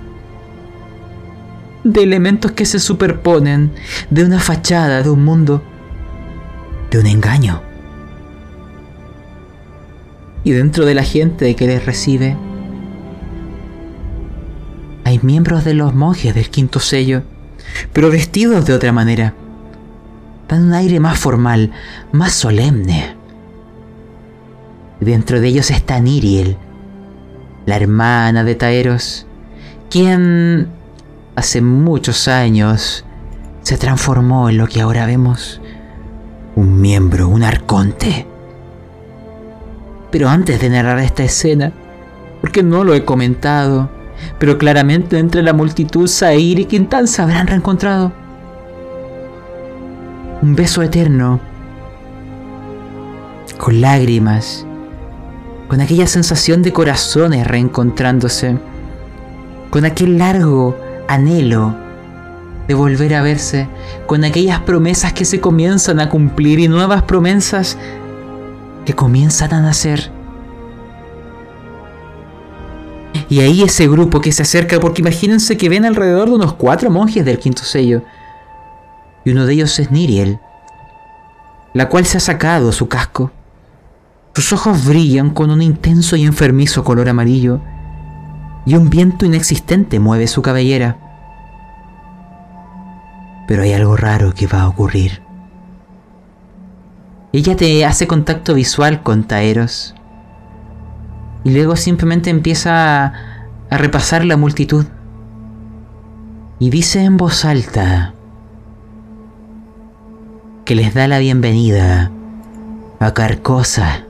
Speaker 1: de elementos que se superponen, de una fachada, de un mundo, de un engaño. Y dentro de la gente que les recibe hay miembros de los monjes del quinto sello, pero vestidos de otra manera. Dan un aire más formal, más solemne. Y dentro de ellos está Niriel, la hermana de Taeros, quien hace muchos años se transformó en lo que ahora vemos, un miembro, un arconte. Pero antes de narrar esta escena, porque no lo he comentado, pero claramente entre la multitud Zahir y Quintan se habrán reencontrado. Un beso eterno, con lágrimas, con aquella sensación de corazones reencontrándose, con aquel largo anhelo de volver a verse, con aquellas promesas que se comienzan a cumplir y nuevas promesas que comienzan a nacer. Y ahí ese grupo que se acerca, porque imagínense que ven alrededor de unos 4 monjes del quinto sello, y uno de ellos es Niriel, la cual se ha sacado su casco. Sus ojos brillan con un intenso y enfermizo color amarillo, y un viento inexistente mueve su cabellera. Pero hay algo raro que va a ocurrir. Ella te hace contacto visual con Taeros y luego simplemente empieza a repasar la multitud y dice en voz alta que les da la bienvenida a Carcosa.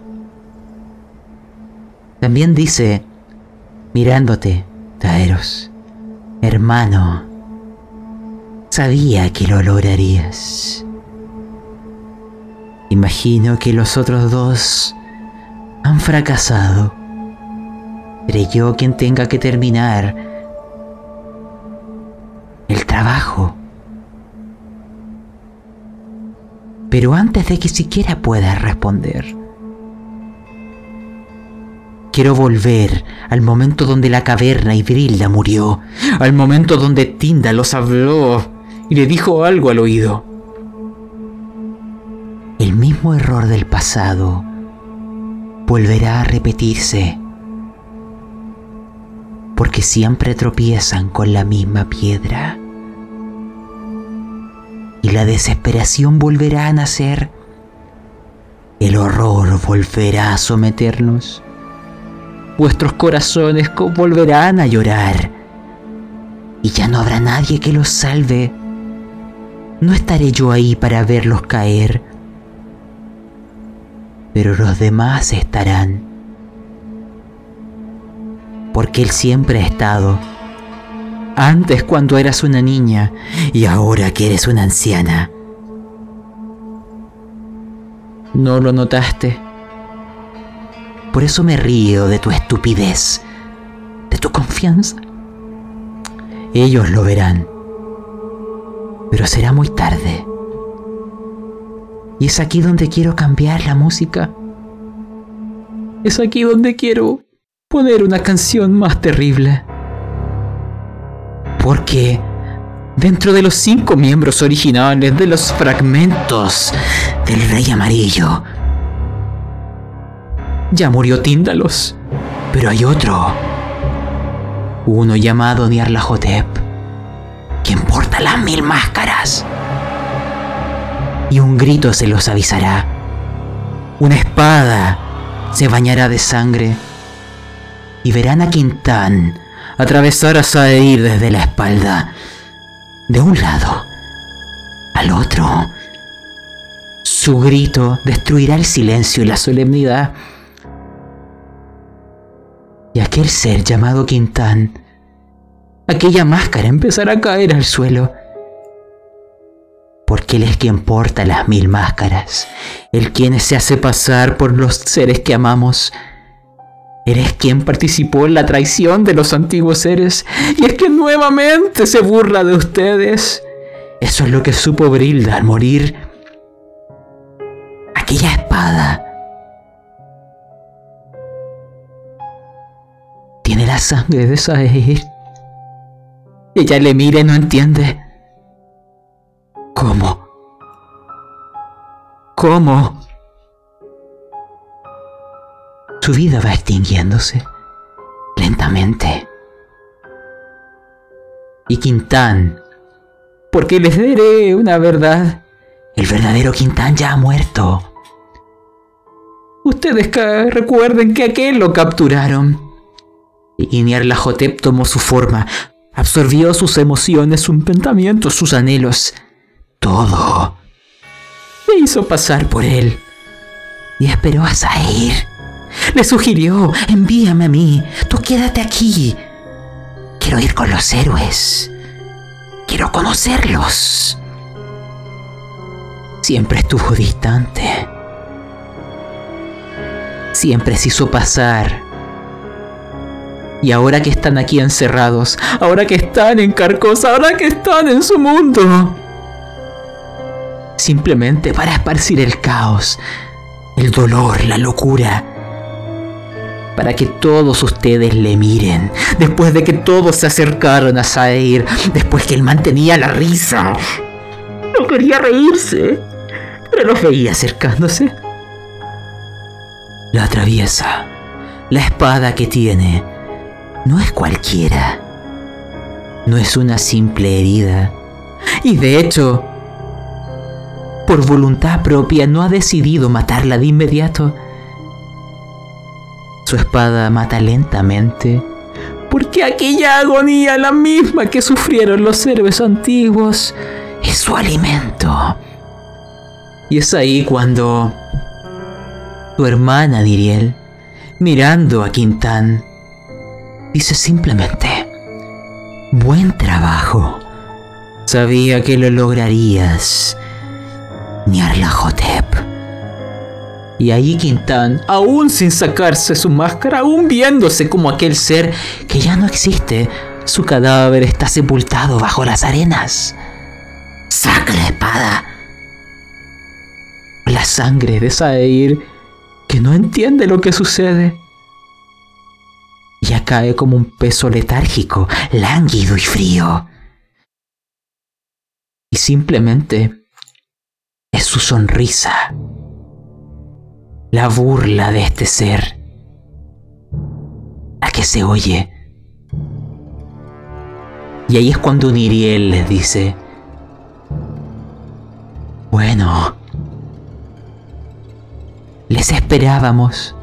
Speaker 1: También dice, mirándote, Taeros, hermano, sabía que lo lograrías. Imagino que los otros dos han fracasado. Seré yo quien tenga que terminar el trabajo. Pero antes de que siquiera puedas responder, quiero volver al momento donde la caverna Hidrilda murió, al momento donde Tíndalos habló y le dijo algo al oído. El mismo error del pasado volverá a repetirse, porque siempre tropiezan con la misma piedra. Y la desesperación volverá a nacer. El horror volverá a someternos. Vuestros corazones volverán a llorar. Y ya no habrá nadie que los salve. No estaré yo ahí para verlos caer. Pero los demás estarán. Porque Él siempre ha estado. Antes cuando eras una niña y ahora que eres una anciana. ¿No lo notaste? Por eso me río de tu estupidez, de tu confianza. Ellos lo verán, pero será muy tarde. Y es aquí donde quiero cambiar la música. Es aquí donde quiero poner una canción más terrible. Porque dentro de los 5 miembros originales de los fragmentos del Rey Amarillo, ya murió Tíndalos, pero hay otro. Uno llamado Nyarlathotep, quien porta las 1000 máscaras. Y un grito se los avisará. Una espada se bañará de sangre. Y verán a Quintán atravesar a Saeir desde la espalda, de un lado al otro. Su grito destruirá el silencio y la solemnidad. Y aquel ser llamado Quintán, aquella máscara empezará a caer al suelo. Porque Él es quien porta las 1000 máscaras, Él quien se hace pasar por los seres que amamos. Él es quien participó en la traición de los antiguos seres y es quien nuevamente se burla de ustedes. Eso es lo que supo Brilda al morir. Aquella espada tiene la sangre de Saeir. Ella le mira y no entiende. ¿Cómo? ¿Cómo? Su vida va extinguiéndose lentamente. Y Quintán, porque les diré una verdad, el verdadero Quintán ya ha muerto. Ustedes recuerden que a aquel lo capturaron. Y Nyarlathotep tomó su forma, absorbió sus emociones, sus pensamientos, sus anhelos, todo. Se hizo pasar por él y esperó a Saeir. Le sugirió, envíame a mí, tú quédate aquí. Quiero ir con los héroes. Quiero conocerlos. Siempre estuvo distante. Siempre se hizo pasar. Y ahora que están aquí encerrados, ahora que están en Carcosa, ahora que están en su mundo, simplemente para esparcir el caos, el dolor, la locura, para que todos ustedes le miren, después de que todos se acercaron a Saeir, después que él mantenía la risa. No quería reírse, pero los veía acercándose. La atraviesa, la espada que tiene, no es cualquiera. No es una simple herida. Y de hecho, por voluntad propia no ha decidido matarla de inmediato. Su espada mata lentamente, porque aquella agonía, la misma que sufrieron los héroes antiguos, es su alimento. Y es ahí cuando tu hermana Niriel, mirando a Quintán, dice simplemente: buen trabajo. Sabía que lo lograrías, Nyarlathotep. Y ahí Quintán, aún sin sacarse su máscara, aún viéndose como aquel ser que ya no existe, su cadáver está sepultado bajo las arenas. Saca la espada. La sangre de Zaeir, que no entiende lo que sucede, ya cae como un peso letárgico, lánguido y frío. Y simplemente es su sonrisa, la burla de este ser, la que se oye. Y ahí es cuando Niriel les dice: bueno, les esperábamos.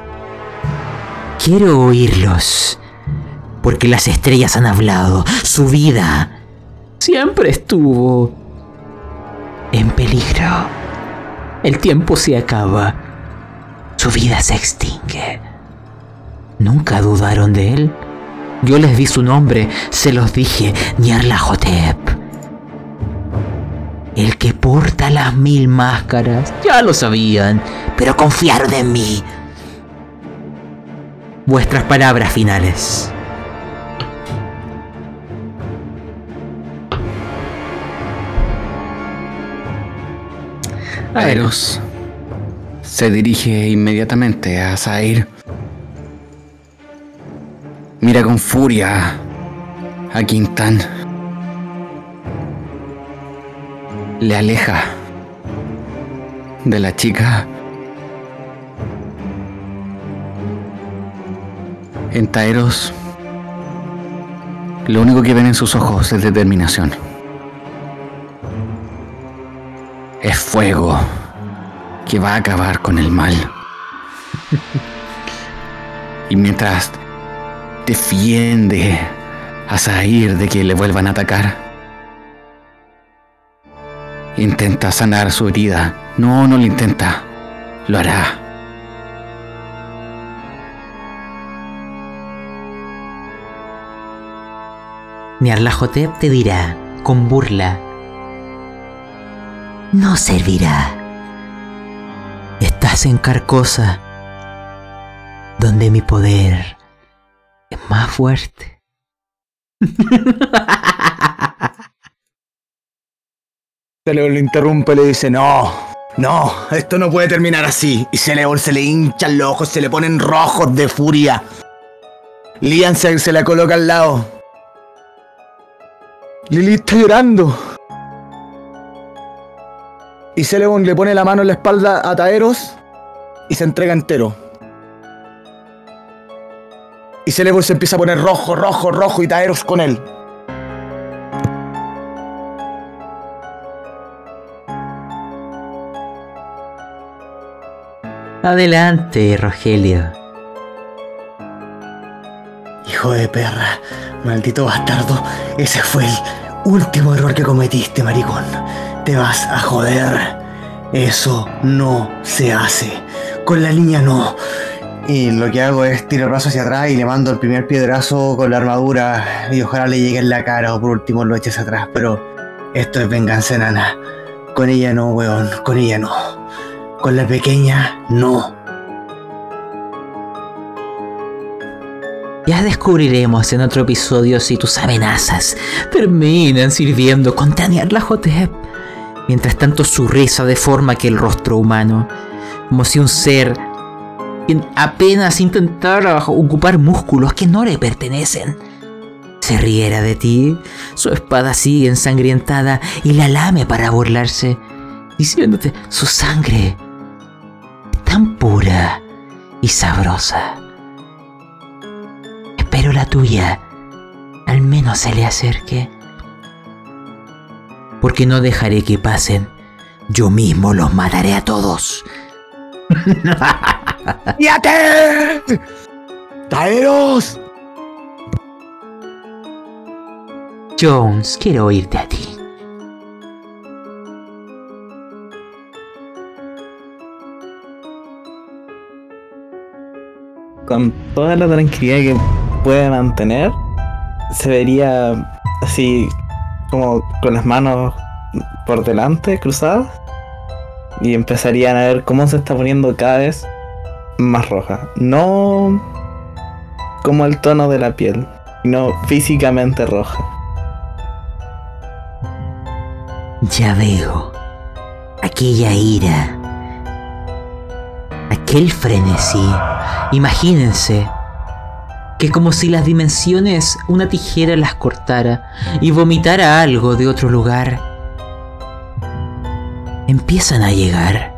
Speaker 1: Quiero oírlos, porque las estrellas han hablado. Su vida siempre estuvo en peligro. El tiempo se acaba. Su vida se extingue. Nunca dudaron de él. Yo les di su nombre, se los dije: Nyarlathotep. El que porta las 1000 máscaras. Ya lo sabían, pero confiaron en mí. Vuestras palabras finales.
Speaker 2: Aeros se dirige inmediatamente a Zaeir. Mira con furia a Quintán. Le aleja de la chica. En Taeros, lo único que ven en sus ojos es determinación. Es fuego que va a acabar con el mal. Y mientras defiende a Zaeir de que le vuelvan a atacar, intenta sanar su herida. No lo intenta. Lo hará.
Speaker 1: Nyarlathotep te dirá, con burla: no servirá. Estás en Carcosa, donde mi poder es más fuerte.
Speaker 3: Celeborn le interrumpe y le dice: no, esto no puede terminar así. Y Celeborn se le hinchan los ojos, se le ponen rojos de furia. Lian se la coloca al lado. Lily está llorando. Y Celeborn le pone la mano en la espalda a Taeros y se entrega entero. Y Celeborn se empieza a poner rojo y Taeros con él.
Speaker 1: Adelante, Rogelio.
Speaker 4: Hijo de perra, maldito bastardo, ese fue el último error que cometiste, maricón. Te vas a joder. Eso no se hace. Con la niña no. Y lo que hago es tirar el brazo hacia atrás y le mando el primer piedrazo con la armadura y ojalá le llegue en la cara o por último lo eches atrás. Pero esto es venganza enana. Con ella no, weón, con ella no. Con la pequeña no.
Speaker 1: Ya descubriremos en otro episodio si tus amenazas terminan sirviendo contra Nyarlathotep. Mientras tanto su risa deforma aquel rostro humano, como si un ser quien apenas intentara ocupar músculos que no le pertenecen se riera de ti. Su espada sigue ensangrientada y la lame para burlarse, diciéndote: su sangre es tan pura y sabrosa. Espero Espero la tuya al menos se le acerque. Porque no dejaré que pasen. Yo mismo los mataré a todos.
Speaker 3: ¡Fíjate! ¡Traeros!
Speaker 1: Jones, quiero oírte a ti.
Speaker 5: Con toda la tranquilidad que puede mantener, se vería así como con las manos por delante, cruzadas, y empezarían a ver cómo se está poniendo cada vez más roja. No como el tono de la piel, sino físicamente roja.
Speaker 1: Ya veo. Aquella ira. Aquel frenesí. Imagínense que como si las dimensiones una tijera las cortara y vomitara algo de otro lugar. Empiezan a llegar.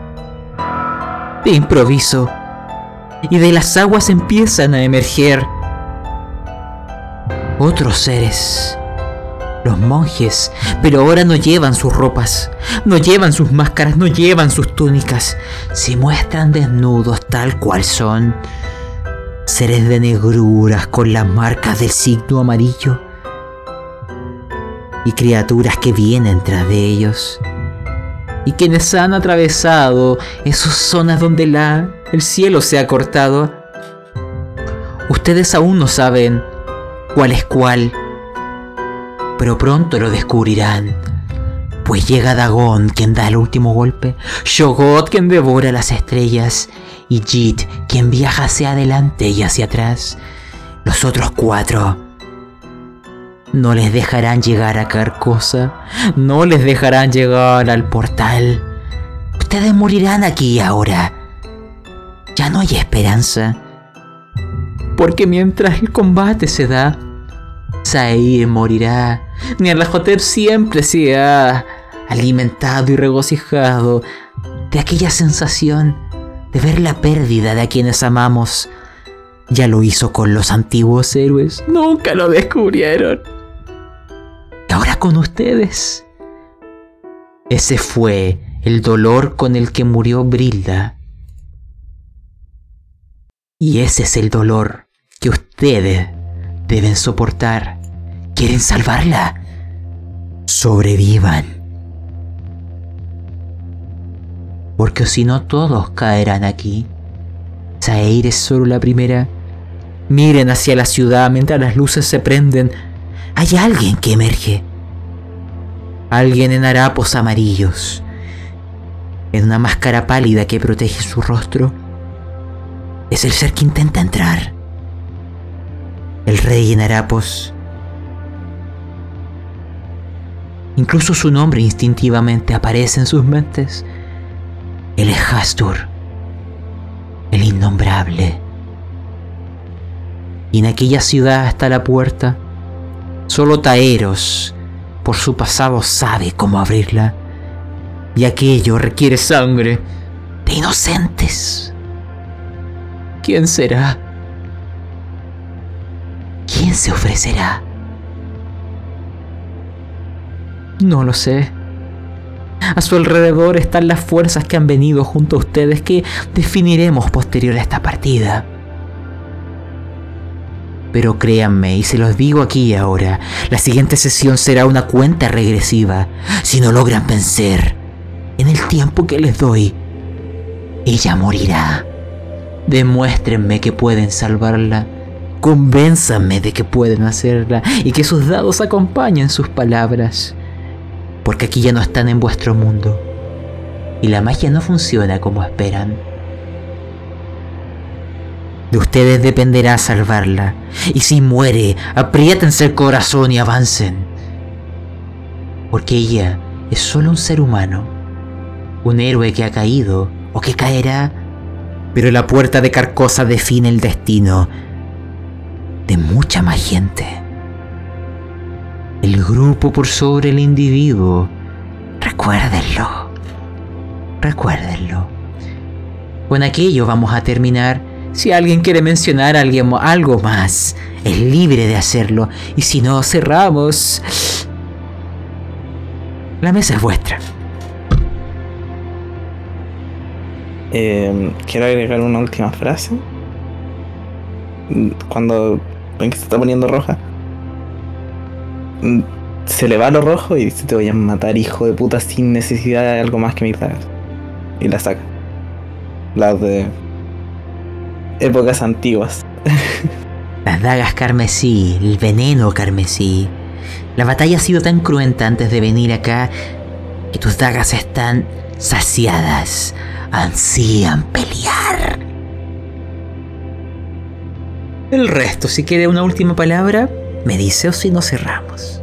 Speaker 1: De improviso. Y de las aguas empiezan a emerger otros seres. Los monjes, pero ahora no llevan sus ropas, no llevan sus máscaras, no llevan sus túnicas. Se muestran desnudos tal cual son. Seres de negruras con las marcas del signo amarillo. Y criaturas que vienen tras de ellos. Y quienes han atravesado esas zonas donde el cielo se ha cortado. Ustedes aún no saben cuál es cuál. Pero pronto lo descubrirán, pues llega Dagon, quien da el último golpe, Shoggoth, quien devora las estrellas, y Jit, quien viaja hacia adelante y hacia atrás. Los otros 4 no les dejarán llegar a Carcosa, no les dejarán llegar al portal. Ustedes morirán aquí y ahora. Ya no hay esperanza, porque mientras el combate se da, Zaire morirá. Nyarlathotep siempre se ha alimentado y regocijado de aquella sensación de ver la pérdida de a quienes amamos. Ya lo hizo con los antiguos héroes. Nunca lo descubrieron. Y ahora con ustedes. Ese fue el dolor con el que murió Brilda. Y ese es el dolor que ustedes deben soportar. ¿Quieren salvarla? Sobrevivan. Porque si no todos caerán aquí. Zaire es solo la primera. Miren hacia la ciudad mientras las luces se prenden. Hay alguien que emerge. Alguien en harapos amarillos. En una máscara pálida que protege su rostro. Es el ser que intenta entrar. El rey en harapos. Incluso su nombre instintivamente aparece en sus mentes. Él es Hastur, el innombrable. Y en aquella ciudad hasta la puerta, solo Taeros, por su pasado, sabe cómo abrirla. Y aquello requiere sangre de inocentes. ¿Quién será? ¿Quién se ofrecerá? No lo sé. A su alrededor están las fuerzas que han venido junto a ustedes, que definiremos posterior a esta partida. Pero créanme, y se los digo aquí y ahora, la siguiente sesión será una cuenta regresiva. Si no logran vencer en el tiempo que les doy, ella morirá. Demuéstrenme que pueden salvarla. Convénzanme de que pueden hacerla y que sus dados acompañen sus palabras. Porque aquí ya no están en vuestro mundo y la magia no funciona como esperan. De ustedes dependerá salvarla, y si muere, apriétense el corazón y avancen. Porque ella es solo un ser humano, un héroe que ha caído o que caerá, pero la puerta de Carcosa define el destino de mucha más gente. El grupo por sobre el individuo. Recuérdenlo. Recuérdenlo. Con aquello vamos a terminar. Si alguien quiere mencionar algo más, es libre de hacerlo. Y si no, cerramos. La mesa es vuestra.
Speaker 5: Quiero agregar una última frase. Cuando ven que se está poniendo roja, se le va lo rojo y dice: te voy a matar, hijo de puta, sin necesidad de algo más que mis dagas. Y la saca. Las de épocas antiguas.
Speaker 1: Las dagas carmesí, el veneno carmesí. La batalla ha sido tan cruenta antes de venir acá que tus dagas están saciadas. Ansían pelear. El resto, si quiere una última palabra, me dice, o si no cerramos.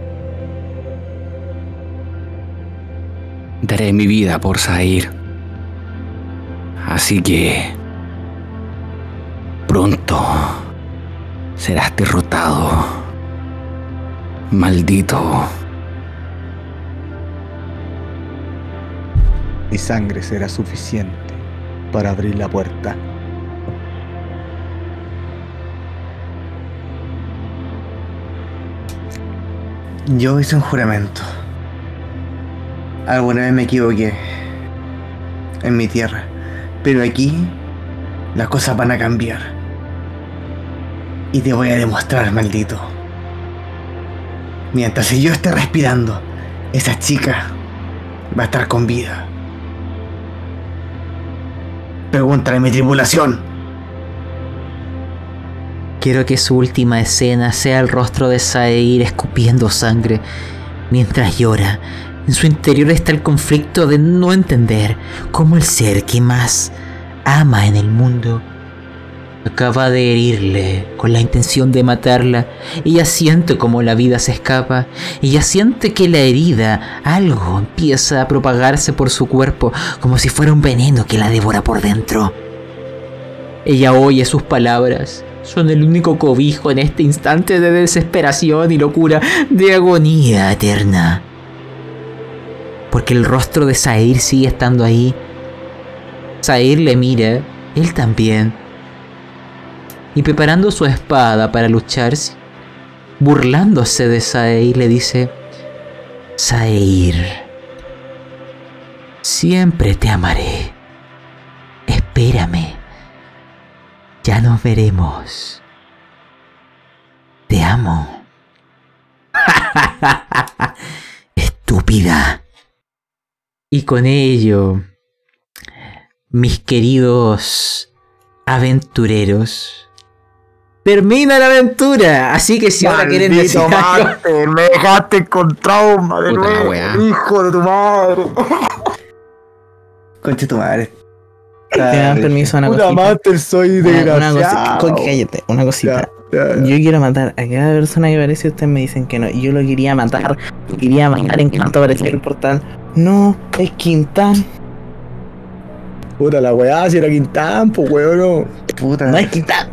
Speaker 2: Daré mi vida por Zahir. Así que pronto serás derrotado, maldito.
Speaker 3: Mi sangre será suficiente para abrir la puerta.
Speaker 4: Yo hice un juramento. Alguna vez me equivoqué en mi tierra, pero aquí las cosas van a cambiar. Y te voy a demostrar, maldito. Mientras yo esté respirando, esa chica va a estar con vida. Pregúntale a mi tripulación.
Speaker 1: Quiero que su última escena sea el rostro de Zahir escupiendo sangre mientras llora. En su interior está el conflicto de no entender cómo el ser que más ama en el mundo acaba de herirle con la intención de matarla. Ella siente como la vida se escapa. Ella siente que la herida, algo empieza a propagarse por su cuerpo como si fuera un veneno que la devora por dentro. Ella oye sus palabras. Son el único cobijo en este instante de desesperación y locura, de agonía eterna. Porque el rostro de Zahir sigue estando ahí. Zahir le mira, él también. Y preparando su espada para luchar, burlándose de Zahir, le dice: Zahir, siempre te amaré. Espérame. Ya nos veremos. Te amo. Estúpida. Y con ello, mis queridos aventureros, termina la aventura. Así que si ahora quieren decir algo...
Speaker 3: Master, me dejaste con trauma de
Speaker 2: Puta la
Speaker 3: nuevo,
Speaker 2: weá.
Speaker 3: hijo de tu madre.
Speaker 4: Conche tu madre.
Speaker 5: Te dan permiso a una
Speaker 3: Puta
Speaker 5: cosita.
Speaker 3: Master, soy
Speaker 5: Una cosita.
Speaker 3: desgraciado.
Speaker 5: Cállate, una cosita.
Speaker 3: Ya.
Speaker 5: Yo quiero matar a cada persona que aparece. Ustedes me dicen que no. Yo lo quería matar. Lo quería matar en cuanto apareció el portal. No, es Quintán.
Speaker 3: Puta la weá, si era Quintán, pues weón, no.
Speaker 4: Puta.
Speaker 5: No es Quintán.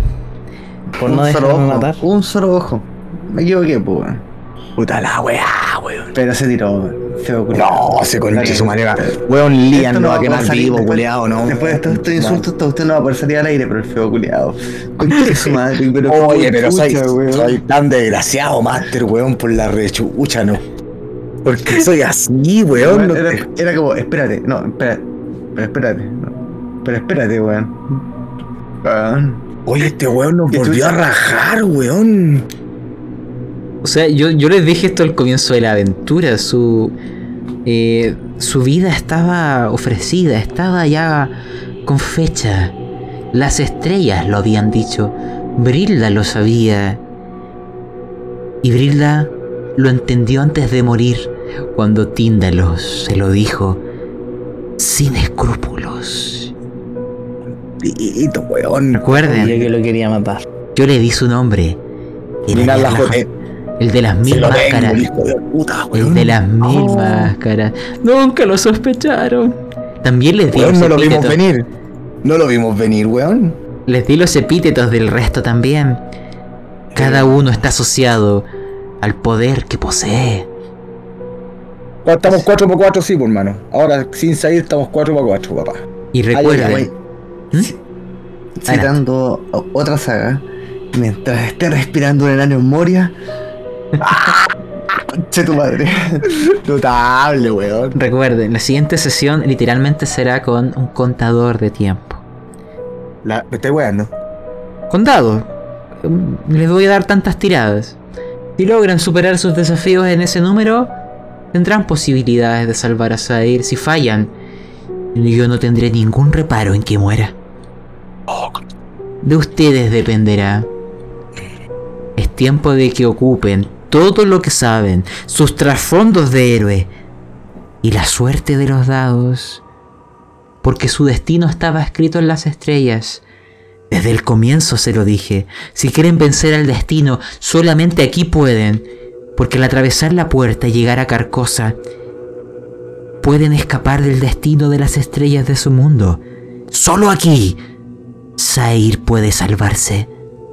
Speaker 5: Por no
Speaker 4: un solo
Speaker 5: dejarme
Speaker 4: ojo.
Speaker 5: matar.
Speaker 4: Un solo ojo. Me equivoqué, pues, weón.
Speaker 3: Puta la weá, weón.
Speaker 4: Pero se tiró, feo culiao.
Speaker 3: No, se conche su manera. Weón, Lian
Speaker 4: Esto
Speaker 3: no va a
Speaker 4: poder
Speaker 3: quemar
Speaker 4: salir
Speaker 3: vivo,
Speaker 4: después-
Speaker 3: culeado, ¿no?
Speaker 4: Después de todos estos insultos, usted no va a poder salir al aire, pero el feo culiado. Conche su madre, pero
Speaker 3: Oye, pero
Speaker 4: chucha, weón.
Speaker 3: soy tan desgraciado, Master, weón, por la rechucha, ¿no? Porque soy así, weón. No te-
Speaker 4: Era como, espérate, no, espérate. Pero espérate, no. Pero espérate, weón. Weón.
Speaker 3: Oye, este weón nos
Speaker 4: ¿Qué
Speaker 3: volvió a
Speaker 4: chucha?
Speaker 3: rajar, weón.
Speaker 1: O sea, yo les dije esto al comienzo de la aventura. Su vida estaba ofrecida, estaba ya con fecha. Las estrellas lo habían dicho. Brilda lo sabía. Y Brilda lo entendió antes de morir, cuando Tíndalos se lo dijo, sin escrúpulos.
Speaker 3: Tito, weón.
Speaker 1: Recuerden,
Speaker 5: Yo que lo quería matar.
Speaker 1: yo le di su nombre. Era
Speaker 3: Mira la
Speaker 1: Yarlajo,
Speaker 3: jote.
Speaker 1: el de las
Speaker 3: Se
Speaker 1: mil
Speaker 3: lo
Speaker 1: máscaras.
Speaker 3: tengo, hijo de puta, weón.
Speaker 1: El de las mil máscaras. Nunca lo sospecharon. También les di
Speaker 3: Weón,
Speaker 1: los
Speaker 3: no lo vimos
Speaker 1: epítetos.
Speaker 3: venir. No lo vimos venir, weón.
Speaker 1: Les di los epítetos del resto también. Cada uno está asociado al poder que posee.
Speaker 3: Estamos 4x4, sí, pues, hermano. Ahora, sin salir, estamos 4x4, papá.
Speaker 1: Y
Speaker 4: Ay,
Speaker 1: recuerden,
Speaker 4: Citando otra saga, mientras esté respirando un enano en Moria. Che tu madre.
Speaker 3: Notable, weón.
Speaker 1: Recuerden, la siguiente sesión literalmente será con un contador de tiempo.
Speaker 3: Me estoy weando.
Speaker 1: Con dados. Les voy a dar tantas tiradas. Si logran superar sus desafíos en ese número, tendrán posibilidades de salvar a Zair. Si fallan, yo no tendré ningún reparo en que muera. De ustedes dependerá. Es tiempo de que ocupen todo lo que saben, sus trasfondos de héroe y la suerte de los dados, porque su destino estaba escrito en las estrellas. Desde el comienzo se lo dije. Si quieren vencer al destino, solamente aquí pueden, porque al atravesar la puerta y llegar a Carcosa, pueden escapar del destino de las estrellas de su mundo. Solo aquí Zair puede salvarse.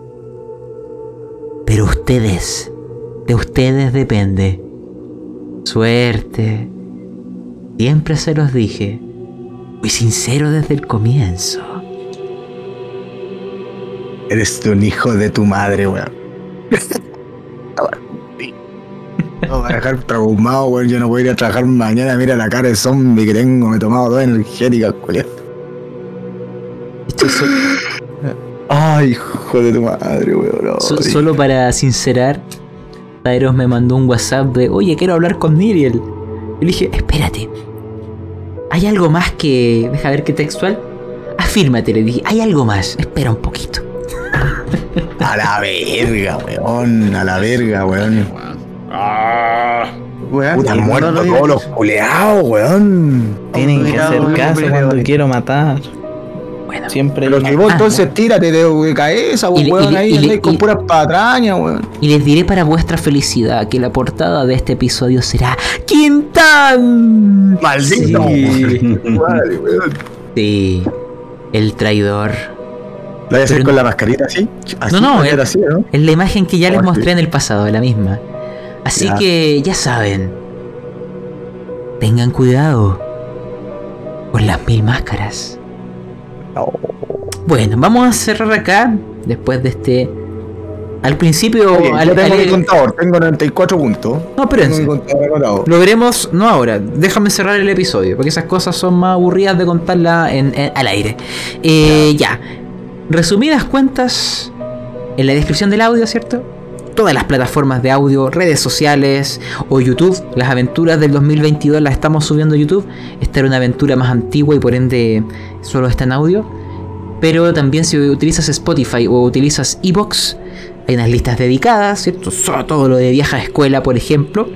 Speaker 1: Pero ustedes, de ustedes depende. Suerte. Siempre se los dije. Fui sincero desde el comienzo.
Speaker 3: Eres un hijo de tu madre, weón. No voy a dejar traumado, weón. Yo no voy a ir a trabajar mañana. Mira la cara de zombie que tengo. Me he tomado dos energéticas, weón. Ay, hijo de tu madre, weón.
Speaker 1: Solo para sincerar, Tyros me mandó un WhatsApp de: oye, quiero hablar con Niriel. Y le dije: espérate, hay algo más que... deja ver qué textual. Afírmate, le dije, hay algo más, espera un poquito.
Speaker 3: A la verga, weón. A la verga, weón.
Speaker 4: Weón,
Speaker 3: Puta, han
Speaker 4: no
Speaker 3: muerto
Speaker 4: lo
Speaker 3: todos los
Speaker 4: digas.
Speaker 3: culeados, weón.
Speaker 5: Tienen que
Speaker 4: Mira,
Speaker 5: hacer
Speaker 4: weón,
Speaker 5: caso
Speaker 4: pelea,
Speaker 5: cuando
Speaker 4: weón.
Speaker 5: quiero matar.
Speaker 1: Bueno,
Speaker 5: Siempre hay
Speaker 3: Pero
Speaker 5: una-
Speaker 3: que vos entonces tírate de cabeza,
Speaker 1: Y le-
Speaker 3: weón.
Speaker 1: y le-
Speaker 3: Ahí
Speaker 1: y le-
Speaker 3: andáis con
Speaker 1: y-
Speaker 3: puras patrañas, weón.
Speaker 1: y les diré para vuestra felicidad que la portada de este episodio será Quintán.
Speaker 3: ¡Maldito!
Speaker 1: Sí.
Speaker 3: Madre, weón.
Speaker 1: Sí, el traidor.
Speaker 3: ¿Lo voy a hacer
Speaker 1: Pero
Speaker 3: con la mascarita así? Así,
Speaker 1: No,
Speaker 3: era así, ¿no?
Speaker 1: es la imagen que ya les
Speaker 3: Oh,
Speaker 1: mostré
Speaker 3: sí.
Speaker 1: en el pasado, la misma. Así
Speaker 3: Ya.
Speaker 1: que ya saben, tengan cuidado con las 1000 máscaras. Bueno, vamos a cerrar acá después de este. Al principio,
Speaker 3: Oye, yo tengo mi
Speaker 1: al-
Speaker 3: contador, tengo 94 puntos.
Speaker 1: No,
Speaker 3: Tengo mi
Speaker 1: espérense.
Speaker 3: contador anotado.
Speaker 1: Lo veremos, no ahora. Déjame cerrar el episodio, porque esas cosas son más aburridas de contarla al aire. Ya. Resumidas cuentas, en la descripción del audio, ¿cierto? Todas las plataformas de audio, redes sociales o YouTube. Las aventuras del 2022 las estamos subiendo a YouTube. Esta era una aventura más antigua y por ende solo está en audio. Pero también si utilizas Spotify o utilizas Evox, hay unas listas dedicadas, ¿cierto? Todo lo de Viaja a Escuela, por ejemplo.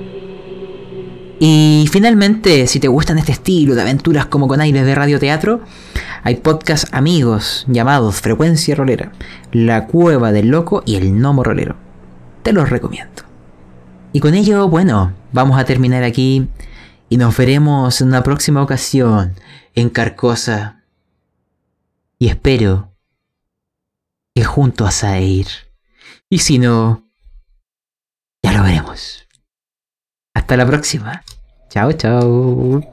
Speaker 1: Y finalmente, si te gustan este estilo de aventuras como con aires de radioteatro, hay podcasts amigos llamados Frecuencia Rolera, La Cueva del Loco y El Gnomo Rolero. Te los recomiendo. Y con ello, bueno, vamos a terminar aquí y nos veremos en una próxima ocasión en Carcosa. Y espero que junto a Zair. Y si no, ya lo veremos. Hasta la próxima. Chao, chao.